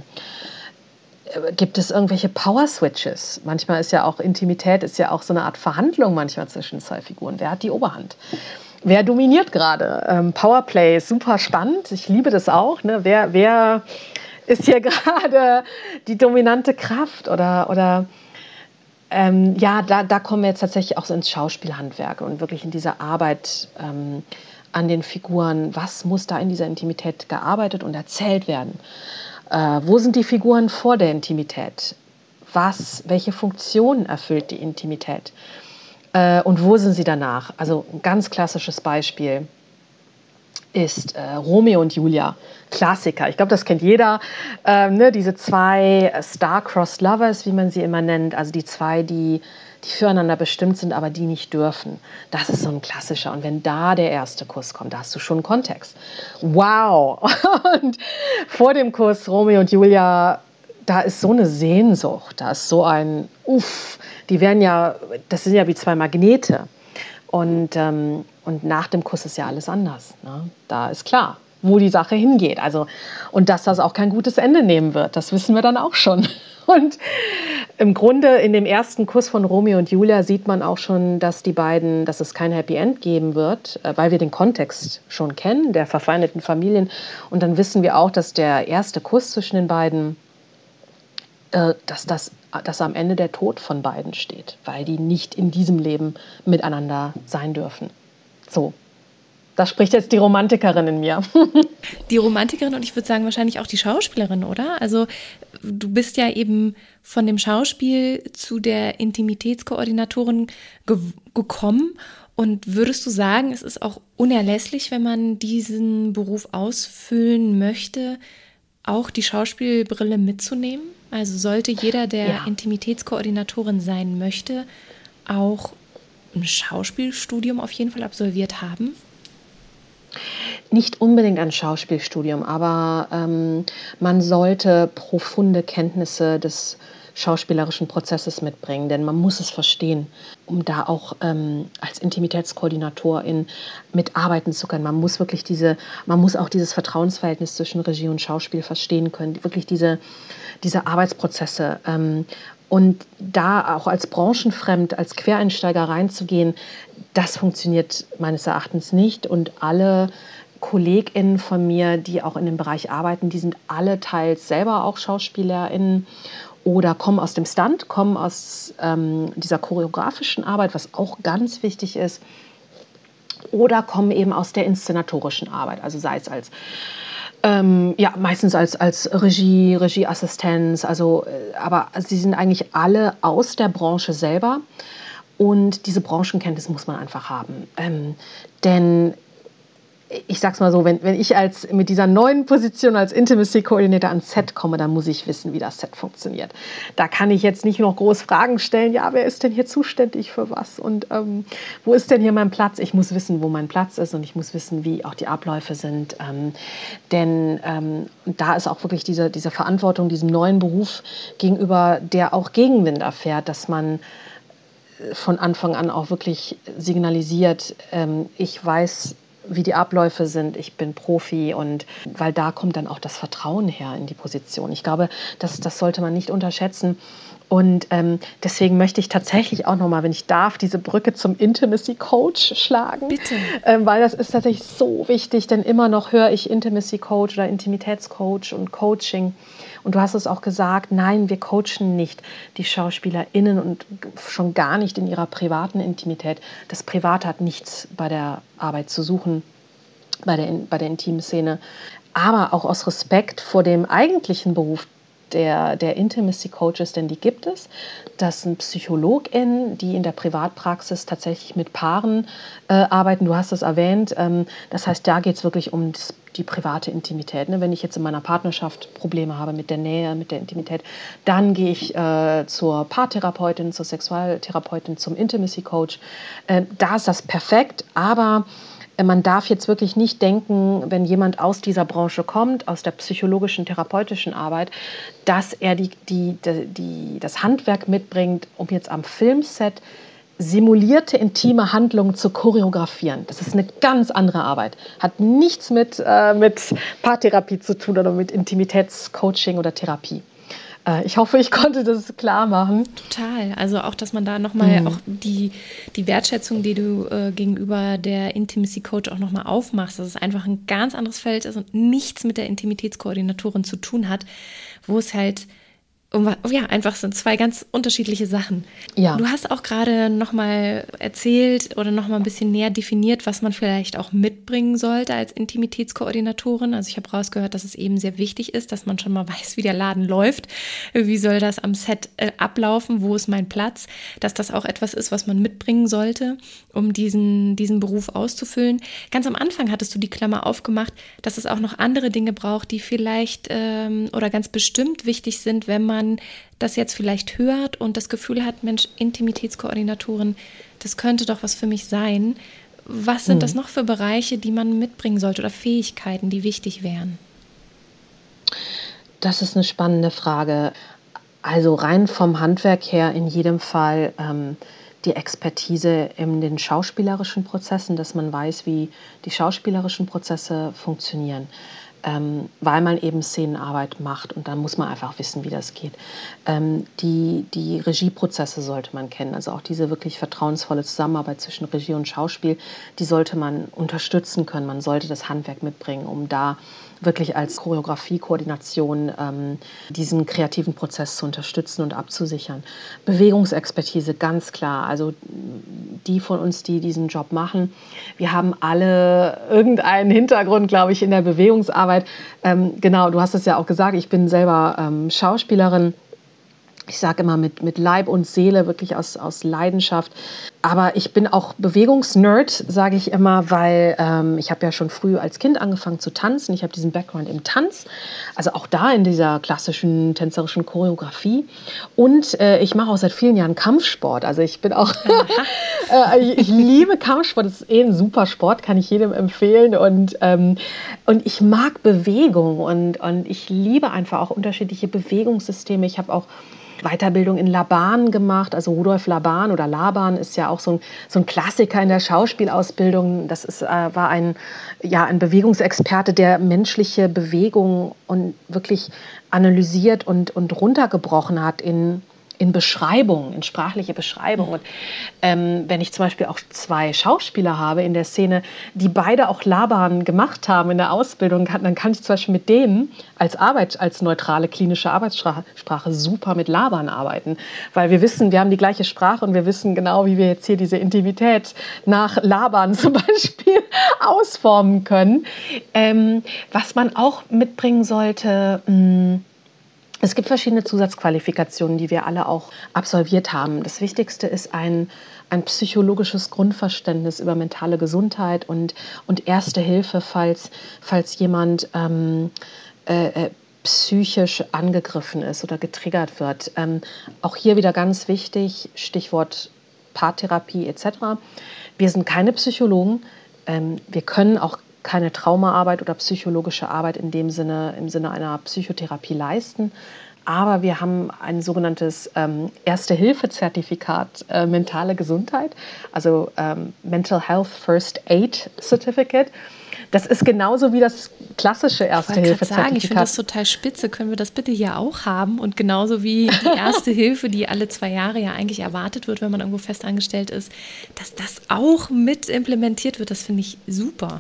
gibt es irgendwelche Power-Switches? Manchmal ist ja auch Intimität, ist ja auch so eine Art Verhandlung manchmal zwischen zwei Figuren. Wer hat die Oberhand? Wer dominiert gerade? Ähm, Powerplay ist super spannend. Ich liebe das auch. Ne? Wer, wer ist hier gerade die dominante Kraft? Oder, oder ähm, ja, da, da kommen wir jetzt tatsächlich auch so ins Schauspielhandwerk und wirklich in diese Arbeit ähm, an den Figuren. Was muss da in dieser Intimität gearbeitet und erzählt werden? Äh, wo sind die Figuren vor der Intimität? Was, welche Funktion erfüllt die Intimität? Äh, und wo sind sie danach? Also ein ganz klassisches Beispiel ist äh, Romeo und Julia, Klassiker. Ich glaube, das kennt jeder. Ähm, ne, diese zwei Star-Crossed Lovers, wie man sie immer nennt, also die zwei, die, die füreinander bestimmt sind, aber die nicht dürfen. Das ist so ein klassischer. Und wenn da der erste Kuss kommt, da hast du schon Kontext. Wow! Und vor dem Kuss Romeo und Julia, da ist so eine Sehnsucht, da ist so ein Uff. Die werden ja, das sind ja wie zwei Magnete. Und, ähm, und nach dem Kuss ist ja alles anders. Ne? Da ist klar, wo die Sache hingeht. Also, und dass das auch kein gutes Ende nehmen wird, das wissen wir dann auch schon. Und im Grunde in dem ersten Kuss von Romeo und Julia sieht man auch schon, dass die beiden, dass es kein Happy End geben wird, weil wir den Kontext schon kennen, der verfeindeten Familien. Und dann wissen wir auch, dass der erste Kuss zwischen den beiden, äh, dass das dass am Ende der Tod von beiden steht, weil die nicht in diesem Leben miteinander sein dürfen. So, da spricht jetzt die Romantikerin in mir. Die Romantikerin und ich würde sagen wahrscheinlich auch die Schauspielerin, oder? Also du bist ja eben von dem Schauspiel zu der Intimitätskoordinatorin ge- gekommen und würdest du sagen, es ist auch unerlässlich, wenn man diesen Beruf ausfüllen möchte, auch die Schauspielbrille mitzunehmen? Also sollte jeder, der ja. Intimitätskoordinatorin sein möchte, auch ein Schauspielstudium auf jeden Fall absolviert haben? Nicht unbedingt ein Schauspielstudium, aber ähm, man sollte profunde Kenntnisse des schauspielerischen Prozesses mitbringen, denn man muss es verstehen, um da auch ähm, als Intimitätskoordinatorin mitarbeiten zu können. Man muss wirklich diese, man muss auch dieses Vertrauensverhältnis zwischen Regie und Schauspiel verstehen können, wirklich diese, diese Arbeitsprozesse. Ähm, und da auch als branchenfremd, als Quereinsteiger reinzugehen, das funktioniert meines Erachtens nicht. Und alle KollegInnen von mir, die auch in dem Bereich arbeiten, die sind alle teils selber auch SchauspielerInnen oder kommen aus dem Stunt, kommen aus ähm, dieser choreografischen Arbeit, was auch ganz wichtig ist, oder kommen eben aus der inszenatorischen Arbeit, also sei es als ähm, ja meistens als als Regie, Regieassistenz, also äh, aber sie sind eigentlich alle aus der Branche selber und diese Branchenkenntnis muss man einfach haben, ähm, denn ich sag's mal so, wenn, wenn ich als mit dieser neuen Position als Intimacy Coordinator ans Set komme, dann muss ich wissen, wie das Set funktioniert. Da kann ich jetzt nicht noch groß Fragen stellen, ja, wer ist denn hier zuständig für was und ähm, wo ist denn hier mein Platz? Ich muss wissen, wo mein Platz ist und ich muss wissen, wie auch die Abläufe sind. Ähm, denn ähm, da ist auch wirklich diese, diese Verantwortung diesem neuen Beruf gegenüber, der auch Gegenwind erfährt, dass man von Anfang an auch wirklich signalisiert, ähm, ich weiß, wie die Abläufe sind, ich bin Profi und weil da kommt dann auch das Vertrauen her in die Position. Ich glaube, das, das sollte man nicht unterschätzen. Und ähm, deswegen möchte ich tatsächlich auch nochmal, wenn ich darf, diese Brücke zum Intimacy Coach schlagen. Bitte. Ähm, weil das ist tatsächlich so wichtig, denn immer noch höre ich Intimacy Coach oder Intimitätscoach und Coaching. Und du hast es auch gesagt, nein, wir coachen nicht die SchauspielerInnen und schon gar nicht in ihrer privaten Intimität. Das Private hat nichts bei der Arbeit zu suchen, bei der, bei der intimen Szene. Aber auch aus Respekt vor dem eigentlichen Beruf der, der Intimacy Coaches, denn die gibt es. Das sind PsychologInnen, die in der Privatpraxis tatsächlich mit Paaren äh, arbeiten. Du hast es erwähnt. Ähm, das heißt, da geht es wirklich um das, die private Intimität. Ne? Wenn ich jetzt in meiner Partnerschaft Probleme habe mit der Nähe, mit der Intimität, dann gehe ich äh, zur Paartherapeutin, zur Sexualtherapeutin, zum Intimacy Coach. Äh, da ist das perfekt, aber man darf jetzt wirklich nicht denken, wenn jemand aus dieser Branche kommt, aus der psychologischen, therapeutischen Arbeit, dass er die, die, die, die, das Handwerk mitbringt, um jetzt am Filmset simulierte intime Handlungen zu choreografieren. Das ist eine ganz andere Arbeit. Hat nichts mit, äh, mit Paartherapie zu tun oder mit Intimitätscoaching oder Therapie. Ich hoffe, ich konnte das klar machen. Total. Also auch, dass man da nochmal mhm. auch die, die Wertschätzung, die du äh, gegenüber der Intimacy Coach auch nochmal aufmachst, dass es einfach ein ganz anderes Feld ist und nichts mit der Intimitätskoordinatorin zu tun hat, wo es halt um, ja, einfach sind zwei ganz unterschiedliche Sachen. Ja. Du hast auch gerade nochmal erzählt oder nochmal ein bisschen näher definiert, was man vielleicht auch mitbringen sollte als Intimitätskoordinatorin. Also ich habe rausgehört, dass es eben sehr wichtig ist, dass man schon mal weiß, wie der Laden läuft. Wie soll das am Set äh, ablaufen? Wo ist mein Platz? Dass das auch etwas ist, was man mitbringen sollte, um diesen, diesen Beruf auszufüllen. Ganz am Anfang hattest du die Klammer aufgemacht, dass es auch noch andere Dinge braucht, die vielleicht ähm, oder ganz bestimmt wichtig sind, wenn man das jetzt vielleicht hört und das Gefühl hat, Mensch, Intimitätskoordinatorin, das könnte doch was für mich sein. Was sind hm. das noch für Bereiche, die man mitbringen sollte oder Fähigkeiten, die wichtig wären? Das ist eine spannende Frage. Also rein vom Handwerk her in jedem Fall ähm, die Expertise in den schauspielerischen Prozessen, dass man weiß, wie die schauspielerischen Prozesse funktionieren. Ähm, weil man eben Szenenarbeit macht und dann muss man einfach wissen, wie das geht. Ähm, die, die Regieprozesse sollte man kennen, also auch diese wirklich vertrauensvolle Zusammenarbeit zwischen Regie und Schauspiel, die sollte man unterstützen können. Man sollte das Handwerk mitbringen, um da wirklich als Choreografie, Koordination ähm, diesen kreativen Prozess zu unterstützen und abzusichern. Bewegungsexpertise, ganz klar. Also die von uns, die diesen Job machen, wir haben alle irgendeinen Hintergrund, glaube ich, in der Bewegungsarbeit. Ähm, genau, du hast es ja auch gesagt, ich bin selber ähm, Schauspielerin. Ich sage immer mit, mit Leib und Seele, wirklich aus, aus Leidenschaft. Aber ich bin auch Bewegungsnerd, sage ich immer, weil ähm, ich habe ja schon früh als Kind angefangen zu tanzen. Ich habe diesen Background im Tanz, also auch da in dieser klassischen tänzerischen Choreografie. Und äh, ich mache auch seit vielen Jahren Kampfsport. Also ich bin auch, äh, ich, ich liebe Kampfsport. Das ist eh ein super Sport, kann ich jedem empfehlen. Und, ähm, und ich mag Bewegung und, und ich liebe einfach auch unterschiedliche Bewegungssysteme. Ich habe auch Weiterbildung in Laban gemacht, also Rudolf Laban oder Laban ist ja auch so ein, so ein Klassiker in der Schauspielausbildung. Das ist, äh, war ein, ja, ein Bewegungsexperte, der menschliche Bewegung und wirklich analysiert und, und runtergebrochen hat in in Beschreibung, in sprachliche Beschreibung. Und ähm, wenn ich zum Beispiel auch zwei Schauspieler habe in der Szene, die beide auch Laban gemacht haben in der Ausbildung, dann kann ich zum Beispiel mit denen als Arbeit, als neutrale klinische Arbeitssprache super mit Laban arbeiten. Weil wir wissen, wir haben die gleiche Sprache und wir wissen genau, wie wir jetzt hier diese Intimität nach Laban zum Beispiel ausformen können. Ähm, was man auch mitbringen sollte, mh, es gibt verschiedene Zusatzqualifikationen, die wir alle auch absolviert haben. Das Wichtigste ist ein, ein psychologisches Grundverständnis über mentale Gesundheit und, und Erste Hilfe, falls, falls jemand ähm, äh, psychisch angegriffen ist oder getriggert wird. Ähm, auch hier wieder ganz wichtig, Stichwort Paartherapie et cetera. Wir sind keine Psychologen. Ähm, wir können auch keine Traumaarbeit oder psychologische Arbeit in dem Sinne, im Sinne einer Psychotherapie leisten. Aber wir haben ein sogenanntes ähm, Erste-Hilfe-Zertifikat äh, mentale Gesundheit, also ähm, Mental Health First Aid Certificate. Das ist genauso wie das klassische Erste-Hilfe-Zertifikat. Ich finde das total spitze. Können wir das bitte hier auch haben? Und genauso wie die Erste Hilfe, die alle zwei Jahre ja eigentlich erwartet wird, wenn man irgendwo festangestellt ist, dass das auch mit implementiert wird, das finde ich super.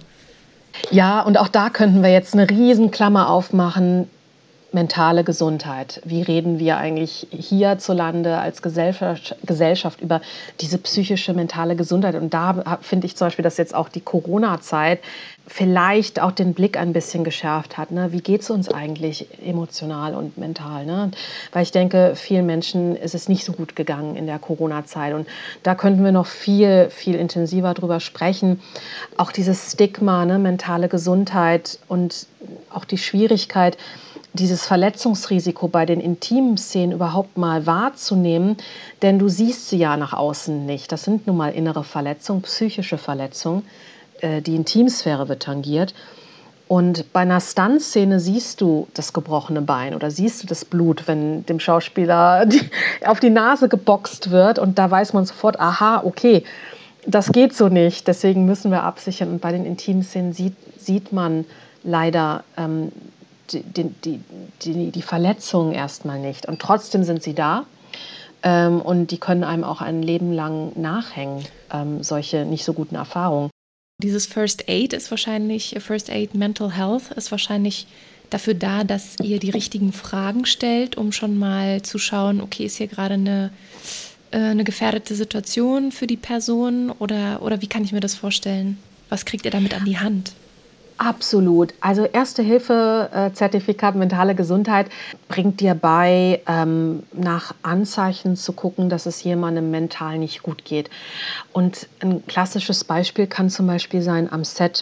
Ja, und auch da könnten wir jetzt eine Riesenklammer aufmachen. Mentale Gesundheit. Wie reden wir eigentlich hierzulande als Gesellschaft, Gesellschaft über diese psychische, mentale Gesundheit? Und da finde ich zum Beispiel, dass jetzt auch die Corona-Zeit vielleicht auch den Blick ein bisschen geschärft hat. Ne? Wie geht es uns eigentlich emotional und mental? Ne? Weil ich denke, vielen Menschen ist es nicht so gut gegangen in der Corona-Zeit. Und da könnten wir noch viel, viel intensiver drüber sprechen. Auch dieses Stigma, ne? Mentale Gesundheit und auch die Schwierigkeit, dieses Verletzungsrisiko bei den intimen Szenen überhaupt mal wahrzunehmen, denn du siehst sie ja nach außen nicht. Das sind nun mal innere Verletzungen, psychische Verletzungen, äh, die Intimsphäre wird tangiert. Und bei einer Stunt-Szene siehst du das gebrochene Bein oder siehst du das Blut, wenn dem Schauspieler die, auf die Nase geboxt wird und da weiß man sofort, aha, okay, das geht so nicht, deswegen müssen wir absichern. Und bei den intimen Szenen sieht, sieht man leider ähm, Die, die, die, die Verletzungen erstmal nicht. Und trotzdem sind sie da ähm, und die können einem auch ein Leben lang nachhängen, ähm, solche nicht so guten Erfahrungen. Dieses First Aid ist wahrscheinlich, First Aid Mental Health ist wahrscheinlich dafür da, dass ihr die richtigen Fragen stellt, um schon mal zu schauen, okay, ist hier gerade eine, äh, eine gefährdete Situation für die Person oder, oder wie kann ich mir das vorstellen? Was kriegt ihr damit an die Hand? Absolut. Also Erste-Hilfe-Zertifikat mentale Gesundheit bringt dir bei, ähm, nach Anzeichen zu gucken, dass es jemandem mental nicht gut geht. Und ein klassisches Beispiel kann zum Beispiel sein am Set,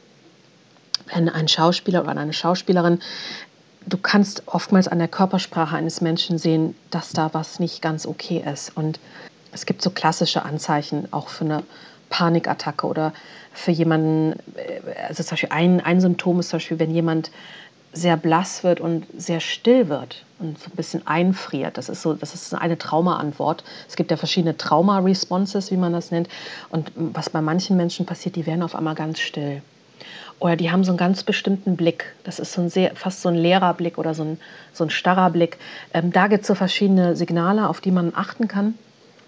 wenn ein Schauspieler oder eine Schauspielerin, du kannst oftmals an der Körpersprache eines Menschen sehen, dass da was nicht ganz okay ist. Und es gibt so klassische Anzeichen auch für eine Panikattacke oder für jemanden, also zum Beispiel ein, ein Symptom ist zum Beispiel, wenn jemand sehr blass wird und sehr still wird und so ein bisschen einfriert. Das ist so, das ist eine Traumaantwort. Es gibt ja verschiedene Trauma-Responses, wie man das nennt. Und was bei manchen Menschen passiert, die werden auf einmal ganz still. Oder die haben so einen ganz bestimmten Blick. Das ist so ein sehr, fast so ein leerer Blick oder so ein, so ein starrer Blick. Ähm, da gibt es so verschiedene Signale, auf die man achten kann.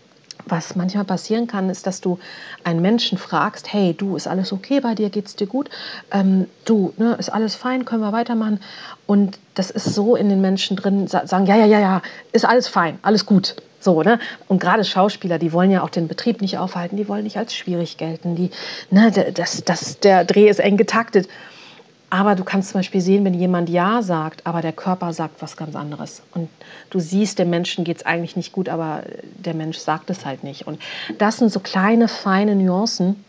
Was manchmal passieren kann, ist, dass du einen Menschen fragst, hey, du, ist alles okay bei dir, geht's dir gut? Ähm, du, ne, ist alles fein, können wir weitermachen? Und das ist so in den Menschen drin, sagen, ja, ja, ja, ja, ist alles fein, alles gut. So, ne? Und gerade Schauspieler, die wollen ja auch den Betrieb nicht aufhalten, die wollen nicht als schwierig gelten, die, ne, das, das, der Dreh ist eng getaktet. Aber du kannst zum Beispiel sehen, wenn jemand Ja sagt, aber der Körper sagt was ganz anderes. Und du siehst, dem Menschen geht es eigentlich nicht gut, aber der Mensch sagt es halt nicht. Und das sind so kleine, feine Nuancen,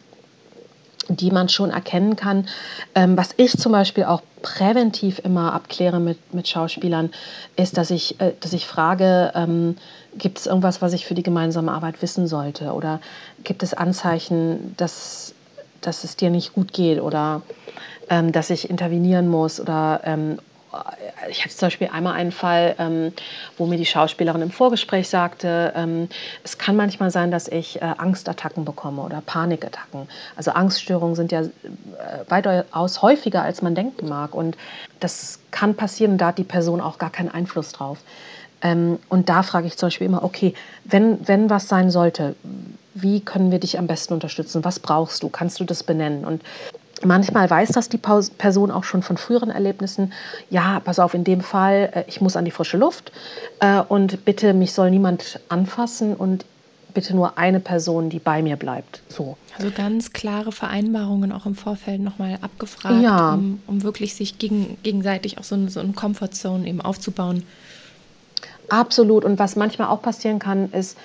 die man schon erkennen kann. Ähm, was ich zum Beispiel auch präventiv immer abkläre mit, mit Schauspielern, ist, dass ich, äh, dass ich frage, ähm, gibt es irgendwas, was ich für die gemeinsame Arbeit wissen sollte? Oder gibt es Anzeichen, dass, dass es dir nicht gut geht oder ähm, dass ich intervenieren muss? Oder ähm, ich hatte zum Beispiel einmal einen Fall, ähm, wo mir die Schauspielerin im Vorgespräch sagte, ähm, es kann manchmal sein, dass ich äh, Angstattacken bekomme oder Panikattacken. Also Angststörungen sind ja äh, weitaus häufiger, als man denken mag. Und das kann passieren und da hat die Person auch gar keinen Einfluss drauf. Ähm, und da frage ich zum Beispiel immer, okay, wenn, wenn was sein sollte, wie können wir dich am besten unterstützen? Was brauchst du? Kannst du das benennen? Und manchmal weiß das die Person auch schon von früheren Erlebnissen. Ja, pass auf, in dem Fall, ich muss an die frische Luft und bitte, mich soll niemand anfassen und bitte nur eine Person, die bei mir bleibt. So. Also ganz klare Vereinbarungen auch im Vorfeld nochmal abgefragt, ja. um, um wirklich sich gegen, gegenseitig auch so eine, so eine Comfortzone eben aufzubauen. Absolut. Und was manchmal auch passieren kann, ist,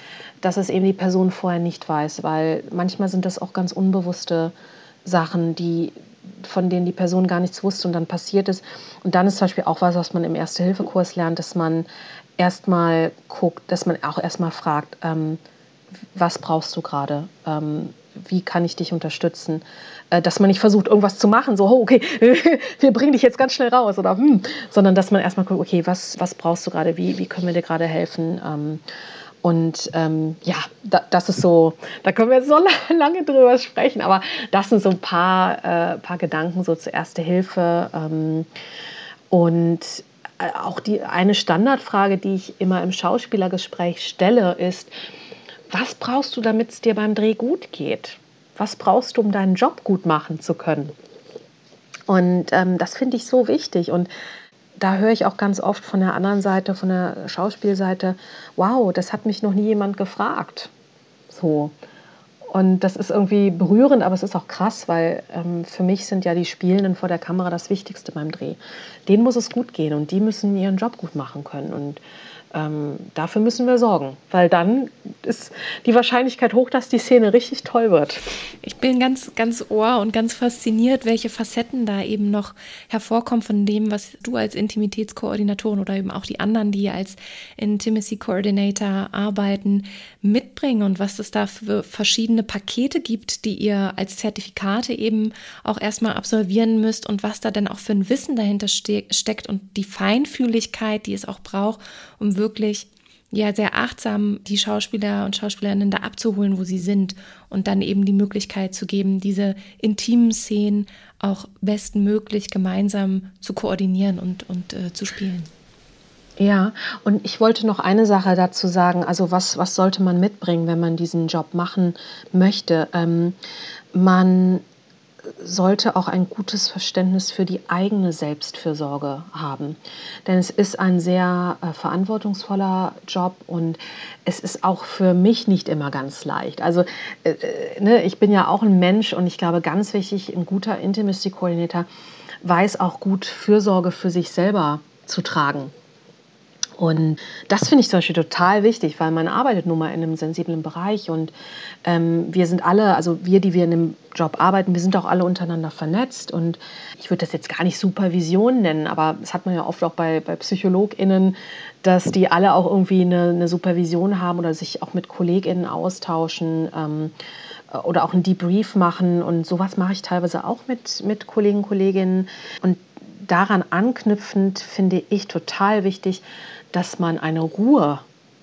dass es eben die Person vorher nicht weiß, weil manchmal sind das auch ganz unbewusste Sachen, die, von denen die Person gar nichts wusste und dann passiert ist. Und dann ist zum Beispiel auch was, was man im Erste-Hilfe-Kurs lernt, dass man erstmal guckt, dass man auch erstmal fragt, ähm, was brauchst du gerade? Ähm, wie kann ich dich unterstützen? Äh, dass man nicht versucht, irgendwas zu machen, so, oh, okay, wir bringen dich jetzt ganz schnell raus, oder hm, sondern dass man erstmal guckt, okay, was, was brauchst du gerade? Wie, wie können wir dir gerade helfen? Ähm, Und ähm, ja, da, das ist so, da können wir jetzt so lange drüber sprechen, aber das sind so ein paar, äh, paar Gedanken so zur Erste Hilfe. Ähm, und äh, auch die eine Standardfrage, die ich immer im Schauspielergespräch stelle, ist, was brauchst du, damit es dir beim Dreh gut geht? Was brauchst du, um deinen Job gut machen zu können? Und ähm, das finde ich so wichtig. Und da höre ich auch ganz oft von der anderen Seite, von der Schauspielseite, wow, das hat mich noch nie jemand gefragt. So. Und das ist irgendwie berührend, aber es ist auch krass, weil ähm, für mich sind ja die Spielenden vor der Kamera das Wichtigste beim Dreh. Denen muss es gut gehen und die müssen ihren Job gut machen können. Und ähm, dafür müssen wir sorgen, weil dann ist die Wahrscheinlichkeit hoch, dass die Szene richtig toll wird. Ich bin ganz, ganz ohr und ganz fasziniert, welche Facetten da eben noch hervorkommen von dem, was du als Intimitätskoordinatorin oder eben auch die anderen, die als Intimacy Coordinator arbeiten, mitbringen und was es da für verschiedene Pakete gibt, die ihr als Zertifikate eben auch erstmal absolvieren müsst und was da dann auch für ein Wissen dahinter ste- steckt und die Feinfühligkeit, die es auch braucht, um wirklich ja sehr achtsam die Schauspieler und Schauspielerinnen da abzuholen, wo sie sind und dann eben die Möglichkeit zu geben, diese intimen Szenen auch bestmöglich gemeinsam zu koordinieren und, und äh, zu spielen. Ja, und ich wollte noch eine Sache dazu sagen, also was, was sollte man mitbringen, wenn man diesen Job machen möchte? Ähm, man sollte auch ein gutes Verständnis für die eigene Selbstfürsorge haben. Denn es ist ein sehr äh, verantwortungsvoller Job und es ist auch für mich nicht immer ganz leicht. Also äh, ne, ich bin ja auch ein Mensch und ich glaube, ganz wichtig, ein guter Intimacy Coordinator weiß auch gut Fürsorge für sich selber zu tragen. Und das finde ich zum Beispiel total wichtig, weil man arbeitet nun mal in einem sensiblen Bereich und ähm, wir sind alle, also wir, die wir in dem Job arbeiten, wir sind auch alle untereinander vernetzt und ich würde das jetzt gar nicht Supervision nennen, aber das hat man ja oft auch bei, bei PsychologInnen, dass die alle auch irgendwie eine, eine Supervision haben oder sich auch mit KollegInnen austauschen ähm, oder auch einen Debrief machen und sowas mache ich teilweise auch mit, mit Kollegen und Kolleginnen und daran anknüpfend finde ich total wichtig, dass man eine Ruhe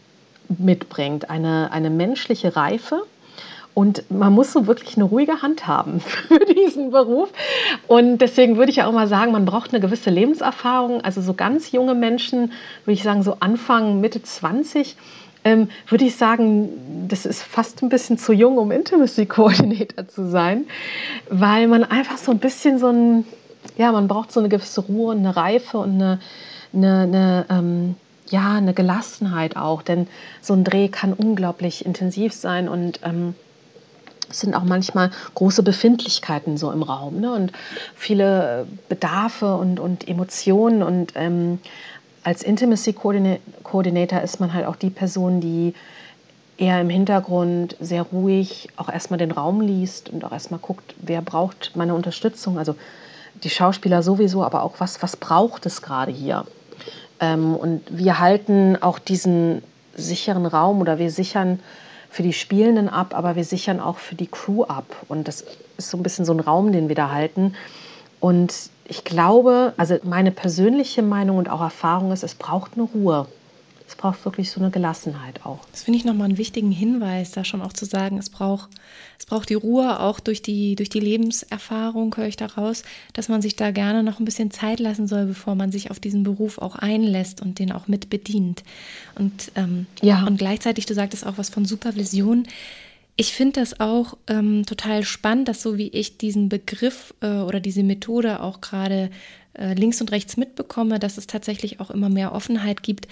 mitbringt, eine, eine menschliche Reife. Und man muss so wirklich eine ruhige Hand haben für diesen Beruf. Und deswegen würde ich ja auch mal sagen, man braucht eine gewisse Lebenserfahrung. Also so ganz junge Menschen, würde ich sagen, so Anfang, Mitte zwanzig, ähm, würde ich sagen, das ist fast ein bisschen zu jung, um Intimacy Coordinator zu sein, weil man einfach so ein bisschen so ein, ja, man braucht so eine gewisse Ruhe und eine Reife und eine, eine, eine ähm, ja, eine Gelassenheit auch, denn so ein Dreh kann unglaublich intensiv sein und ähm, es sind auch manchmal große Befindlichkeiten so im Raum, ne? Und viele Bedarfe und, und Emotionen und ähm, als Intimacy Coordinator ist man halt auch die Person, die eher im Hintergrund sehr ruhig auch erstmal den Raum liest und auch erstmal guckt, wer braucht meine Unterstützung, also die Schauspieler sowieso, aber auch was, was braucht es gerade hier? Ähm, und wir halten auch diesen sicheren Raum oder wir sichern für die Spielenden ab, aber wir sichern auch für die Crew ab. Und das ist so ein bisschen so ein Raum, den wir da halten. Und ich glaube, also meine persönliche Meinung und auch Erfahrung ist, es braucht eine Ruhe. Es braucht wirklich so eine Gelassenheit auch. Das finde ich nochmal einen wichtigen Hinweis, da schon auch zu sagen, es braucht, es braucht die Ruhe, auch durch die, durch die Lebenserfahrung höre ich daraus, dass man sich da gerne noch ein bisschen Zeit lassen soll, bevor man sich auf diesen Beruf auch einlässt und den auch mit bedient. Und, ähm, ja. und gleichzeitig, du sagtest auch was von Supervision. Ich finde das auch ähm, total spannend, dass so wie ich diesen Begriff äh, oder diese Methode auch gerade äh, links und rechts mitbekomme, dass es tatsächlich auch immer mehr Offenheit gibt,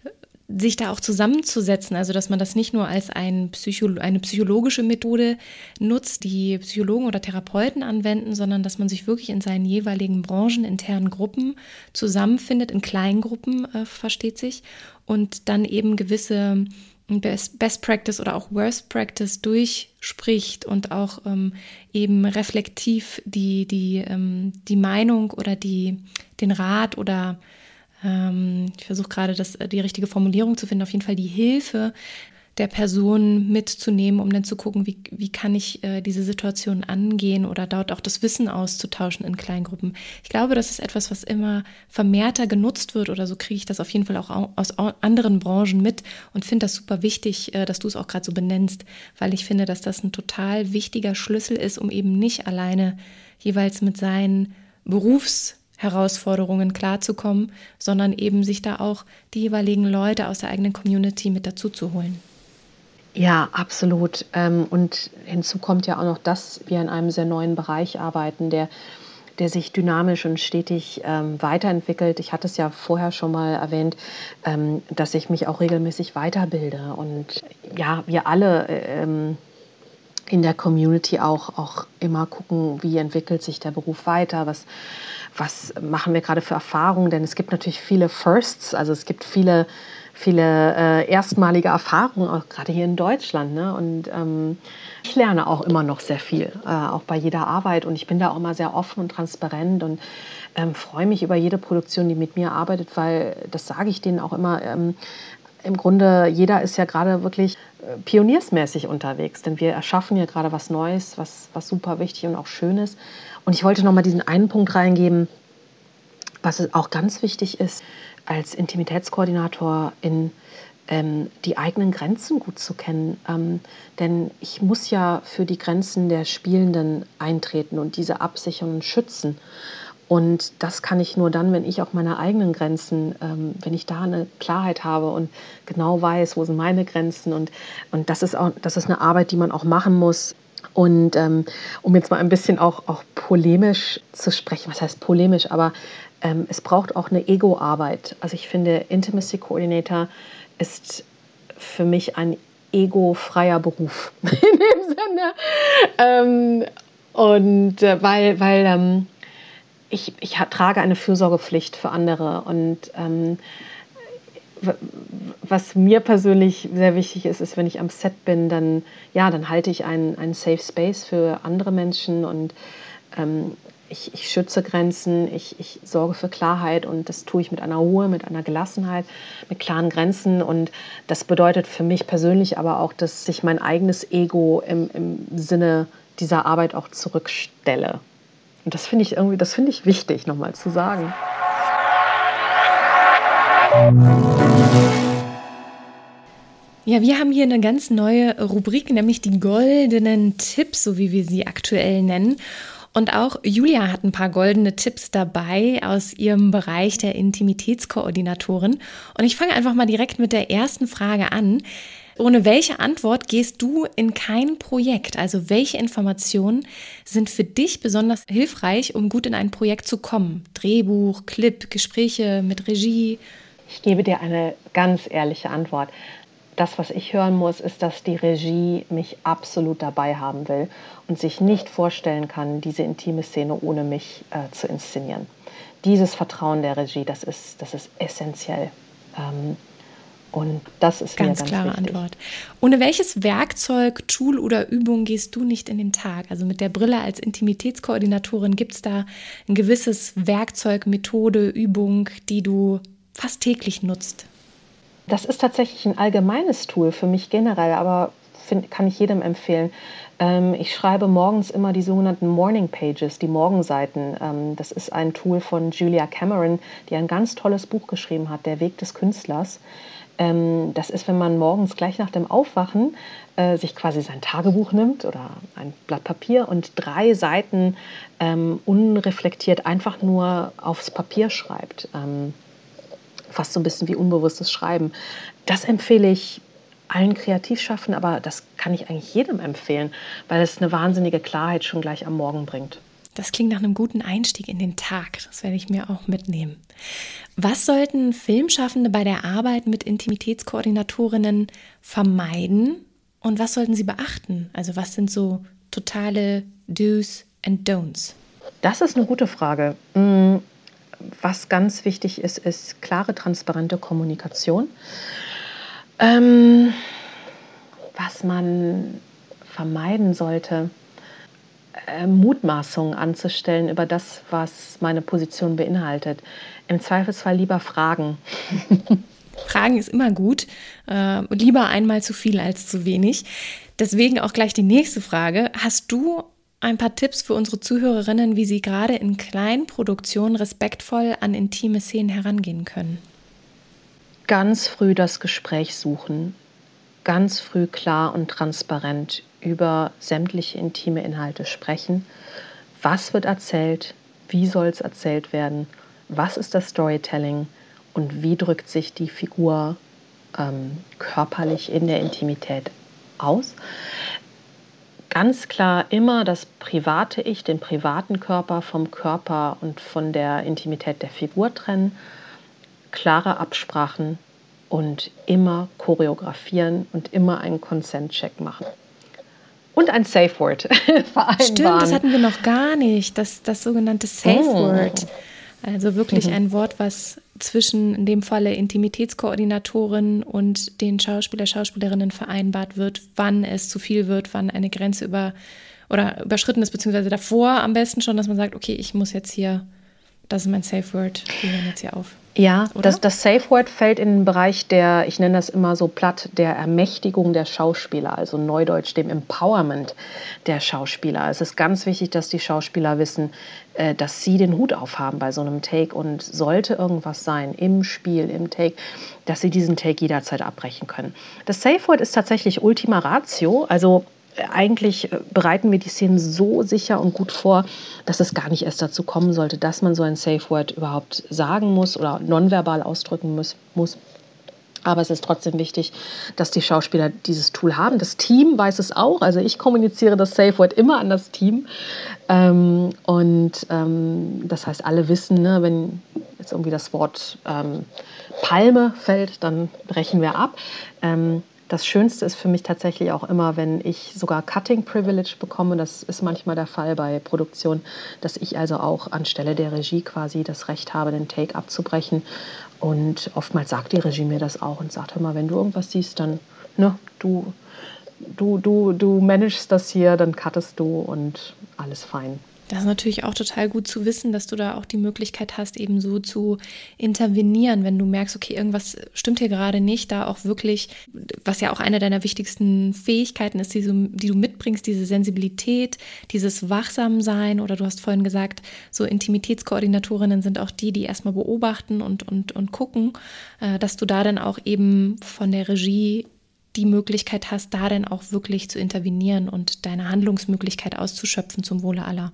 sich da auch zusammenzusetzen, also dass man das nicht nur als ein Psycho- eine psychologische Methode nutzt, die Psychologen oder Therapeuten anwenden, sondern dass man sich wirklich in seinen jeweiligen brancheninternen Gruppen zusammenfindet, in Kleingruppen, äh, versteht sich, und dann eben gewisse Best, Best Practice oder auch Worst Practice durchspricht und auch ähm, eben reflektiv die, die, ähm, die Meinung oder die, den Rat oder ähm, ich versuche gerade das, die richtige Formulierung zu finden, auf jeden Fall die Hilfe der Person mitzunehmen, um dann zu gucken, wie, wie kann ich äh, diese Situation angehen oder dort auch das Wissen auszutauschen in Kleingruppen. Ich glaube, das ist etwas, was immer vermehrter genutzt wird oder so kriege ich das auf jeden Fall auch aus anderen Branchen mit und finde das super wichtig, äh, dass du es auch gerade so benennst, weil ich finde, dass das ein total wichtiger Schlüssel ist, um eben nicht alleine jeweils mit seinen Berufsherausforderungen klarzukommen, sondern eben sich da auch die jeweiligen Leute aus der eigenen Community mit dazu zu holen. Ja, absolut. Und hinzu kommt ja auch noch, dass wir in einem sehr neuen Bereich arbeiten, der, der sich dynamisch und stetig ähm, weiterentwickelt. Ich hatte es ja vorher schon mal erwähnt, ähm, dass ich mich auch regelmäßig weiterbilde. Und ja, wir alle ähm, in der Community auch, auch immer gucken, wie entwickelt sich der Beruf weiter, was, was machen wir gerade für Erfahrungen. Denn es gibt natürlich viele Firsts, also es gibt viele viele äh, erstmalige Erfahrungen, auch gerade hier in Deutschland. Ne? Und ähm, ich lerne auch immer noch sehr viel, äh, auch bei jeder Arbeit. Und ich bin da auch immer sehr offen und transparent und ähm, freue mich über jede Produktion, die mit mir arbeitet, weil, das sage ich denen auch immer, ähm, im Grunde, jeder ist ja gerade wirklich äh, pioniersmäßig unterwegs, denn wir erschaffen ja gerade was Neues, was, was super wichtig und auch schön ist. Und ich wollte noch mal diesen einen Punkt reingeben, was auch ganz wichtig ist, als Intimitätskoordinator in ähm, die eigenen Grenzen gut zu kennen. Ähm, denn ich muss ja für die Grenzen der Spielenden eintreten und diese absichern und schützen. Und das kann ich nur dann, wenn ich auch meine eigenen Grenzen, ähm, wenn ich da eine Klarheit habe und genau weiß, wo sind meine Grenzen. Und, und das ist auch, das ist eine Arbeit, die man auch machen muss. Und ähm, um jetzt mal ein bisschen auch, auch polemisch zu sprechen, was heißt polemisch, aber ähm, es braucht auch eine Ego-Arbeit. Also ich finde, Intimacy Coordinator ist für mich ein egofreier Beruf in dem Sinne. Ähm, und äh, weil, weil ähm, ich, ich trage eine Fürsorgepflicht für andere und ähm, was mir persönlich sehr wichtig ist, ist, wenn ich am Set bin, dann, ja, dann halte ich einen, einen Safe Space für andere Menschen und ähm, ich, ich schütze Grenzen, ich, ich sorge für Klarheit und das tue ich mit einer Ruhe, mit einer Gelassenheit, mit klaren Grenzen und das bedeutet für mich persönlich aber auch, dass ich mein eigenes Ego im, im Sinne dieser Arbeit auch zurückstelle. Und das finde ich irgendwie, das finde ich wichtig, nochmal zu sagen. Ja, wir haben hier eine ganz neue Rubrik, nämlich die goldenen Tipps, so wie wir sie aktuell nennen. Und auch Julia hat ein paar goldene Tipps dabei aus ihrem Bereich der Intimitätskoordinatorin. Und ich fange einfach mal direkt mit der ersten Frage an. Ohne welche Antwort gehst du in kein Projekt? Also welche Informationen sind für dich besonders hilfreich, um gut in ein Projekt zu kommen? Drehbuch, Clip, Gespräche mit Regie? Ich gebe dir eine ganz ehrliche Antwort. Das, was ich hören muss, ist, dass die Regie mich absolut dabei haben will und sich nicht vorstellen kann, diese intime Szene ohne mich äh, zu inszenieren. Dieses Vertrauen der Regie, das ist, das ist essentiell. Ähm, und das ist ganz mir ganz klare wichtig. Antwort. Ohne welches Werkzeug, Tool oder Übung gehst du nicht in den Tag? Also mit der Brille als Intimitätskoordinatorin, gibt es da ein gewisses Werkzeug, Methode, Übung, die du fast täglich nutzt? Das ist tatsächlich ein allgemeines Tool für mich generell, aber find, kann ich jedem empfehlen. Ähm, ich schreibe morgens immer die sogenannten Morning Pages, die Morgenseiten. Ähm, das ist ein Tool von Julia Cameron, die ein ganz tolles Buch geschrieben hat, Der Weg des Künstlers. Ähm, das ist, wenn man morgens gleich nach dem Aufwachen äh, sich quasi sein Tagebuch nimmt oder ein Blatt Papier und drei Seiten ähm, unreflektiert einfach nur aufs Papier schreibt. Ähm, fast so ein bisschen wie unbewusstes Schreiben. Das empfehle ich allen Kreativschaffenden, aber das kann ich eigentlich jedem empfehlen, weil es eine wahnsinnige Klarheit schon gleich am Morgen bringt. Das klingt nach einem guten Einstieg in den Tag. Das werde ich mir auch mitnehmen. Was sollten Filmschaffende bei der Arbeit mit Intimitätskoordinatorinnen vermeiden und was sollten sie beachten? Also was sind so totale Do's and Don'ts? Das ist eine gute Frage. Was ganz wichtig ist, ist klare, transparente Kommunikation. Ähm, was man vermeiden sollte, äh, Mutmaßungen anzustellen über das, was meine Position beinhaltet. Im Zweifelsfall lieber fragen. Fragen ist immer gut. Äh, lieber einmal zu viel als zu wenig. Deswegen auch gleich die nächste Frage. Hast du ein paar Tipps für unsere Zuhörerinnen, wie sie gerade in Kleinproduktionen respektvoll an intime Szenen herangehen können? Ganz früh das Gespräch suchen. Ganz früh klar und transparent über sämtliche intime Inhalte sprechen. Was wird erzählt? Wie soll es erzählt werden? Was ist das Storytelling? Und wie drückt sich die Figur ähm, körperlich in der Intimität aus? Ganz klar immer das private Ich, den privaten Körper vom Körper und von der Intimität der Figur trennen. Klare Absprachen und immer choreografieren und immer einen Consent-Check machen. Und ein Safe Word vereinbaren. Stimmt, das hatten wir noch gar nicht, das, das sogenannte Safe Word. Also wirklich mhm. ein Wort, was zwischen in dem Falle Intimitätskoordinatorin und den Schauspieler, Schauspielerinnen vereinbart wird, wann es zu viel wird, wann eine Grenze über oder überschritten ist, beziehungsweise davor am besten schon, dass man sagt, okay, ich muss jetzt hier, das ist mein Safe Word, wir hören jetzt hier auf. Ja, das, das Safe Word fällt in den Bereich der, ich nenne das immer so platt, der Ermächtigung der Schauspieler, also neudeutsch dem Empowerment der Schauspieler. Es ist ganz wichtig, dass die Schauspieler wissen, äh, dass sie den Hut aufhaben bei so einem Take und sollte irgendwas sein im Spiel, im Take, dass sie diesen Take jederzeit abbrechen können. Das Safe Word ist tatsächlich Ultima Ratio, also eigentlich bereiten wir die Szenen so sicher und gut vor, dass es gar nicht erst dazu kommen sollte, dass man so ein Safe Word überhaupt sagen muss oder nonverbal ausdrücken muss. muss. Aber es ist trotzdem wichtig, dass die Schauspieler dieses Tool haben. Das Team weiß es auch. Also ich kommuniziere das Safe Word immer an das Team. Ähm, und ähm, das heißt, alle wissen, ne, wenn jetzt irgendwie das Wort ähm, Palme fällt, dann brechen wir ab. Ähm, Das Schönste ist für mich tatsächlich auch immer, wenn ich sogar Cutting Privilege bekomme. Das ist manchmal der Fall bei Produktionen, dass ich also auch anstelle der Regie quasi das Recht habe, den Take abzubrechen. Und oftmals sagt die Regie mir das auch und sagt, hör mal, wenn du irgendwas siehst, dann, ne, du, du, du, du managst das hier, dann cuttest du und alles fein. Das ist natürlich auch total gut zu wissen, dass du da auch die Möglichkeit hast, eben so zu intervenieren, wenn du merkst, okay, irgendwas stimmt hier gerade nicht, da auch wirklich, was ja auch eine deiner wichtigsten Fähigkeiten ist, die du, die du mitbringst, diese Sensibilität, dieses Wachsamsein, oder du hast vorhin gesagt, so Intimitätskoordinatorinnen sind auch die, die erstmal beobachten und, und, und gucken, dass du da dann auch eben von der Regie die Möglichkeit hast, da dann auch wirklich zu intervenieren und deine Handlungsmöglichkeit auszuschöpfen zum Wohle aller.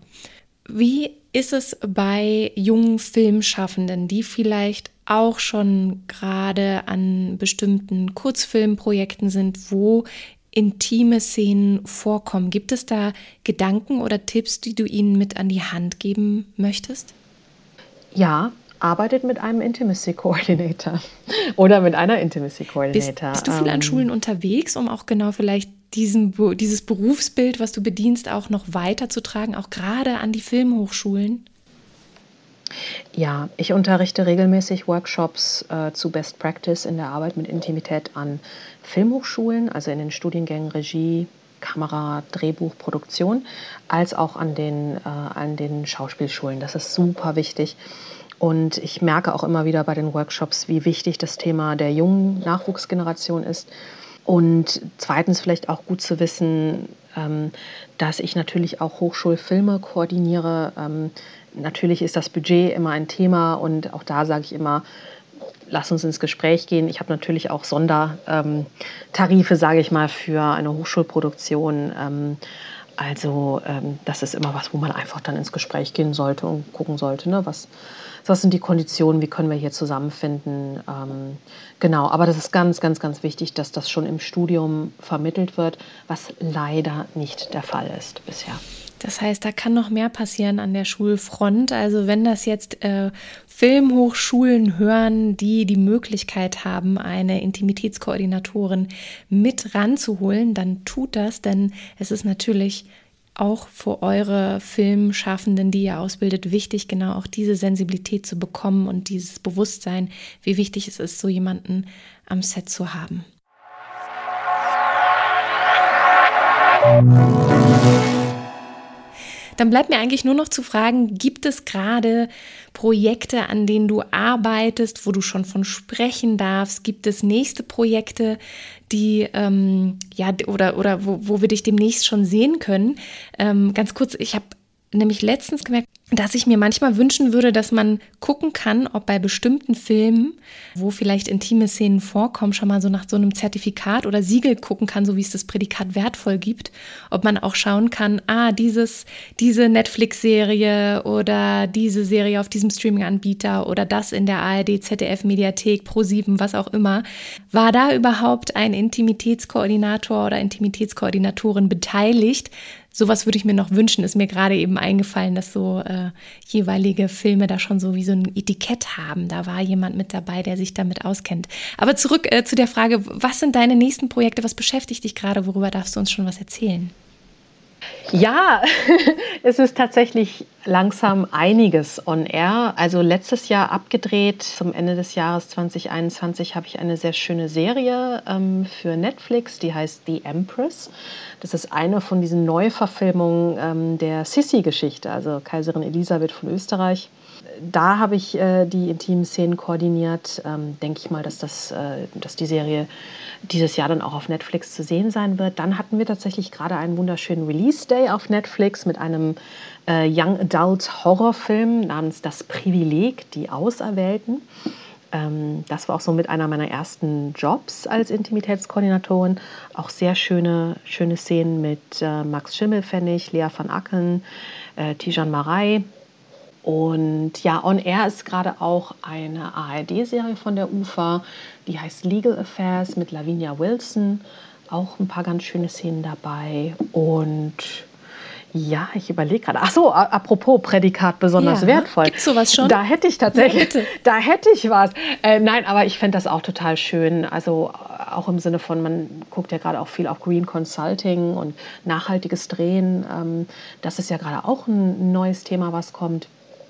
Wie ist es bei jungen Filmschaffenden, die vielleicht auch schon gerade an bestimmten Kurzfilmprojekten sind, wo intime Szenen vorkommen? Gibt es da Gedanken oder Tipps, die du ihnen mit an die Hand geben möchtest? Ja, arbeitet mit einem Intimacy Coordinator oder mit einer Intimacy Coordinator. Bist, bist du viel an Schulen unterwegs, um auch genau vielleicht diesen, dieses Berufsbild, was du bedienst, auch noch weiterzutragen, auch gerade an die Filmhochschulen? Ja, ich unterrichte regelmäßig Workshops äh, zu Best Practice in der Arbeit mit Intimität an Filmhochschulen, also in den Studiengängen Regie, Kamera, Drehbuch, Produktion, als auch an den, äh, an den Schauspielschulen. Das ist super wichtig. Und ich merke auch immer wieder bei den Workshops, wie wichtig das Thema der jungen Nachwuchsgeneration ist. Und zweitens vielleicht auch gut zu wissen, ähm, dass ich natürlich auch Hochschulfilme koordiniere. Ähm, natürlich ist das Budget immer ein Thema und auch da sage ich immer, lass uns ins Gespräch gehen. Ich habe natürlich auch Sondertarife, sage ich mal, für eine Hochschulproduktion. Ähm, also ähm, das ist immer was, wo man einfach dann ins Gespräch gehen sollte und gucken sollte, ne, was, was sind die Konditionen, wie können wir hier zusammenfinden. Ähm, genau, aber das ist ganz, ganz, ganz wichtig, dass das schon im Studium vermittelt wird, was leider nicht der Fall ist bisher. Das heißt, da kann noch mehr passieren an der Schulfront. Also wenn das jetzt äh, Filmhochschulen hören, die die Möglichkeit haben, eine Intimitätskoordinatorin mit ranzuholen, dann tut das, denn es ist natürlich auch für eure Filmschaffenden, die ihr ausbildet, wichtig, genau auch diese Sensibilität zu bekommen und dieses Bewusstsein, wie wichtig es ist, so jemanden am Set zu haben. Dann bleibt mir eigentlich nur noch zu fragen, gibt es gerade Projekte, an denen du arbeitest, wo du schon von sprechen darfst? Gibt es nächste Projekte, die, ähm, ja, oder, oder wo, wo wir dich demnächst schon sehen können? Ähm, ganz kurz, ich habe nämlich letztens gemerkt, dass ich mir manchmal wünschen würde, dass man gucken kann, ob bei bestimmten Filmen, wo vielleicht intime Szenen vorkommen, schon mal so nach so einem Zertifikat oder Siegel gucken kann, so wie es das Prädikat wertvoll gibt, ob man auch schauen kann, ah, dieses, diese Netflix-Serie oder diese Serie auf diesem Streaming-Anbieter oder das in der A R D, Z D F-Mediathek, Pro sieben, was auch immer, war da überhaupt ein Intimitätskoordinator oder Intimitätskoordinatorin beteiligt? Sowas würde ich mir noch wünschen, ist mir gerade eben eingefallen, dass so äh, jeweilige Filme da schon so wie so ein Etikett haben. Da war jemand mit dabei, der sich damit auskennt. Aber zurück äh, zu der Frage, was sind deine nächsten Projekte? Was beschäftigt dich gerade? Worüber darfst du uns schon was erzählen? Ja, es ist tatsächlich langsam einiges on air. Also letztes Jahr abgedreht, zum Ende des Jahres zwanzig einundzwanzig habe ich eine sehr schöne Serie ähm, für Netflix, die heißt The Empress. Das ist eine von diesen Neuverfilmungen ähm, der Sissi-Geschichte, also Kaiserin Elisabeth von Österreich. Da habe ich äh, die intimen Szenen koordiniert. Ähm, denke ich mal, dass, das, äh, dass die Serie dieses Jahr dann auch auf Netflix zu sehen sein wird. Dann hatten wir tatsächlich gerade einen wunderschönen Release-Day auf Netflix mit einem äh, Young Adult Horrorfilm namens Das Privileg, die Auserwählten. Ähm, das war auch so mit einer meiner ersten Jobs als Intimitätskoordinatorin. Auch sehr schöne, schöne Szenen mit äh, Max Schimmelpfennig, Lea van Acken, äh, Tijan Marei. Und ja, on air ist gerade auch eine A R D-Serie von der U F A, die heißt Legal Affairs mit Lavinia Wilson. Auch ein paar ganz schöne Szenen dabei. Und ja, ich überlege gerade. Ach so, apropos Prädikat besonders ja, wertvoll. Gibt's sowas schon? Da hätte ich tatsächlich, ja, da hätte ich was. Äh, nein, aber ich fände das auch total schön. Also auch im Sinne von, man guckt ja gerade auch viel auf Green Consulting und nachhaltiges Drehen. Ähm, das ist ja gerade auch ein neues Thema, was kommt.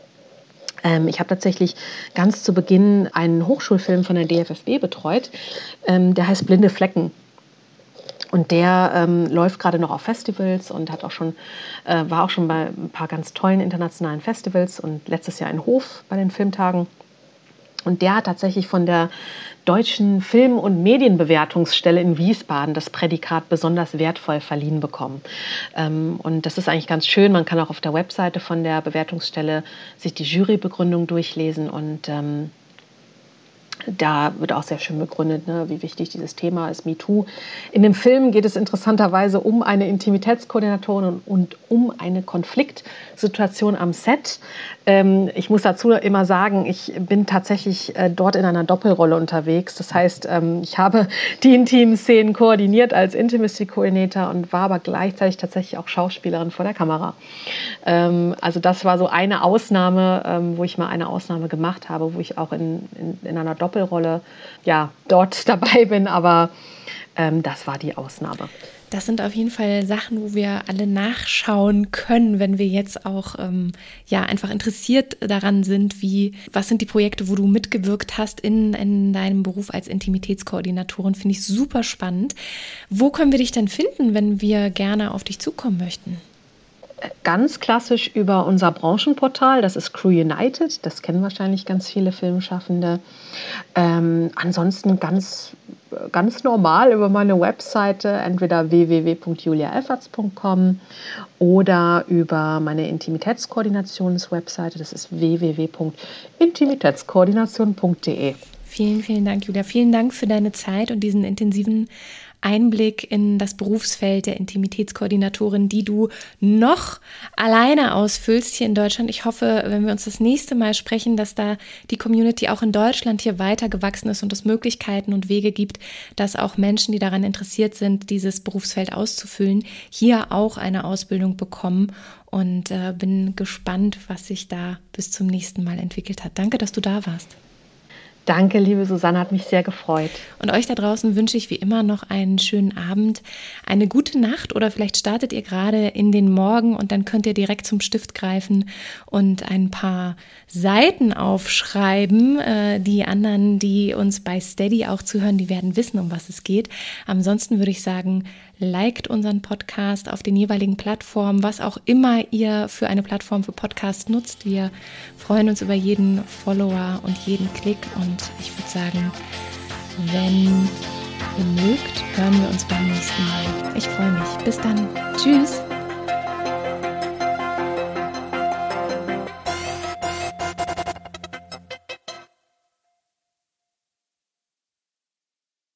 Ich habe tatsächlich ganz zu Beginn einen Hochschulfilm von der D F F B betreut, ähm, der heißt Blinde Flecken. Und der ähm, läuft gerade noch auf Festivals und hat auch schon, äh, war auch schon bei ein paar ganz tollen internationalen Festivals und letztes Jahr in Hof bei den Filmtagen. Und der hat tatsächlich von der Deutschen Film- und Medienbewertungsstelle in Wiesbaden das Prädikat besonders wertvoll verliehen bekommen. Ähm, und das ist eigentlich ganz schön. Man kann auch auf der Webseite von der Bewertungsstelle sich die Jurybegründung durchlesen und ähm, da wird auch sehr schön begründet, ne, wie wichtig dieses Thema ist, MeToo. In dem Film geht es interessanterweise um eine Intimitätskoordinatorin und, und um eine Konfliktsituation am Set. Ähm, ich muss dazu immer sagen, ich bin tatsächlich äh, dort in einer Doppelrolle unterwegs. Das heißt, ähm, ich habe die intimen Szenen koordiniert als Intimacy Coordinator und war aber gleichzeitig tatsächlich auch Schauspielerin vor der Kamera. Ähm, also das war so eine Ausnahme, ähm, wo ich mal eine Ausnahme gemacht habe, wo ich auch in, in, in einer Doppelrolle ja, dort dabei bin, aber ähm, das war die Ausnahme. Das sind auf jeden Fall Sachen, wo wir alle nachschauen können, wenn wir jetzt auch ähm, ja einfach interessiert daran sind, wie was sind die Projekte, wo du mitgewirkt hast in, in deinem Beruf als Intimitätskoordinatorin. Finde ich super spannend. Wo können wir dich denn finden, wenn wir gerne auf dich zukommen möchten? Ganz klassisch über unser Branchenportal, das ist Crew United, das kennen wahrscheinlich ganz viele Filmschaffende. Ähm, ansonsten ganz, ganz normal über meine Webseite, entweder w w w punkt julia efferts punkt com oder über meine Intimitätskoordinationswebseite, das ist w w w punkt intimitätskoordination punkt d e. Vielen, vielen Dank, Julia. Vielen Dank für deine Zeit und diesen intensiven Einblick in das Berufsfeld der Intimitätskoordinatorin, die du noch alleine ausfüllst hier in Deutschland. Ich hoffe, wenn wir uns das nächste Mal sprechen, dass da die Community auch in Deutschland hier weiter gewachsen ist und es Möglichkeiten und Wege gibt, dass auch Menschen, die daran interessiert sind, dieses Berufsfeld auszufüllen, hier auch eine Ausbildung bekommen. Und äh, bin gespannt, was sich da bis zum nächsten Mal entwickelt hat. Danke, dass du da warst. Danke, liebe Susanne, hat mich sehr gefreut. Und euch da draußen wünsche ich wie immer noch einen schönen Abend, eine gute Nacht oder vielleicht startet ihr gerade in den Morgen und dann könnt ihr direkt zum Stift greifen und ein paar Seiten aufschreiben. Die anderen, die uns bei Steady auch zuhören, die werden wissen, um was es geht. Ansonsten würde ich sagen, liked unseren Podcast auf den jeweiligen Plattformen, was auch immer ihr für eine Plattform für Podcast nutzt. Wir freuen uns über jeden Follower und jeden Klick und ich würde sagen, wenn ihr mögt, hören wir uns beim nächsten Mal. Ich freue mich. Bis dann. Tschüss.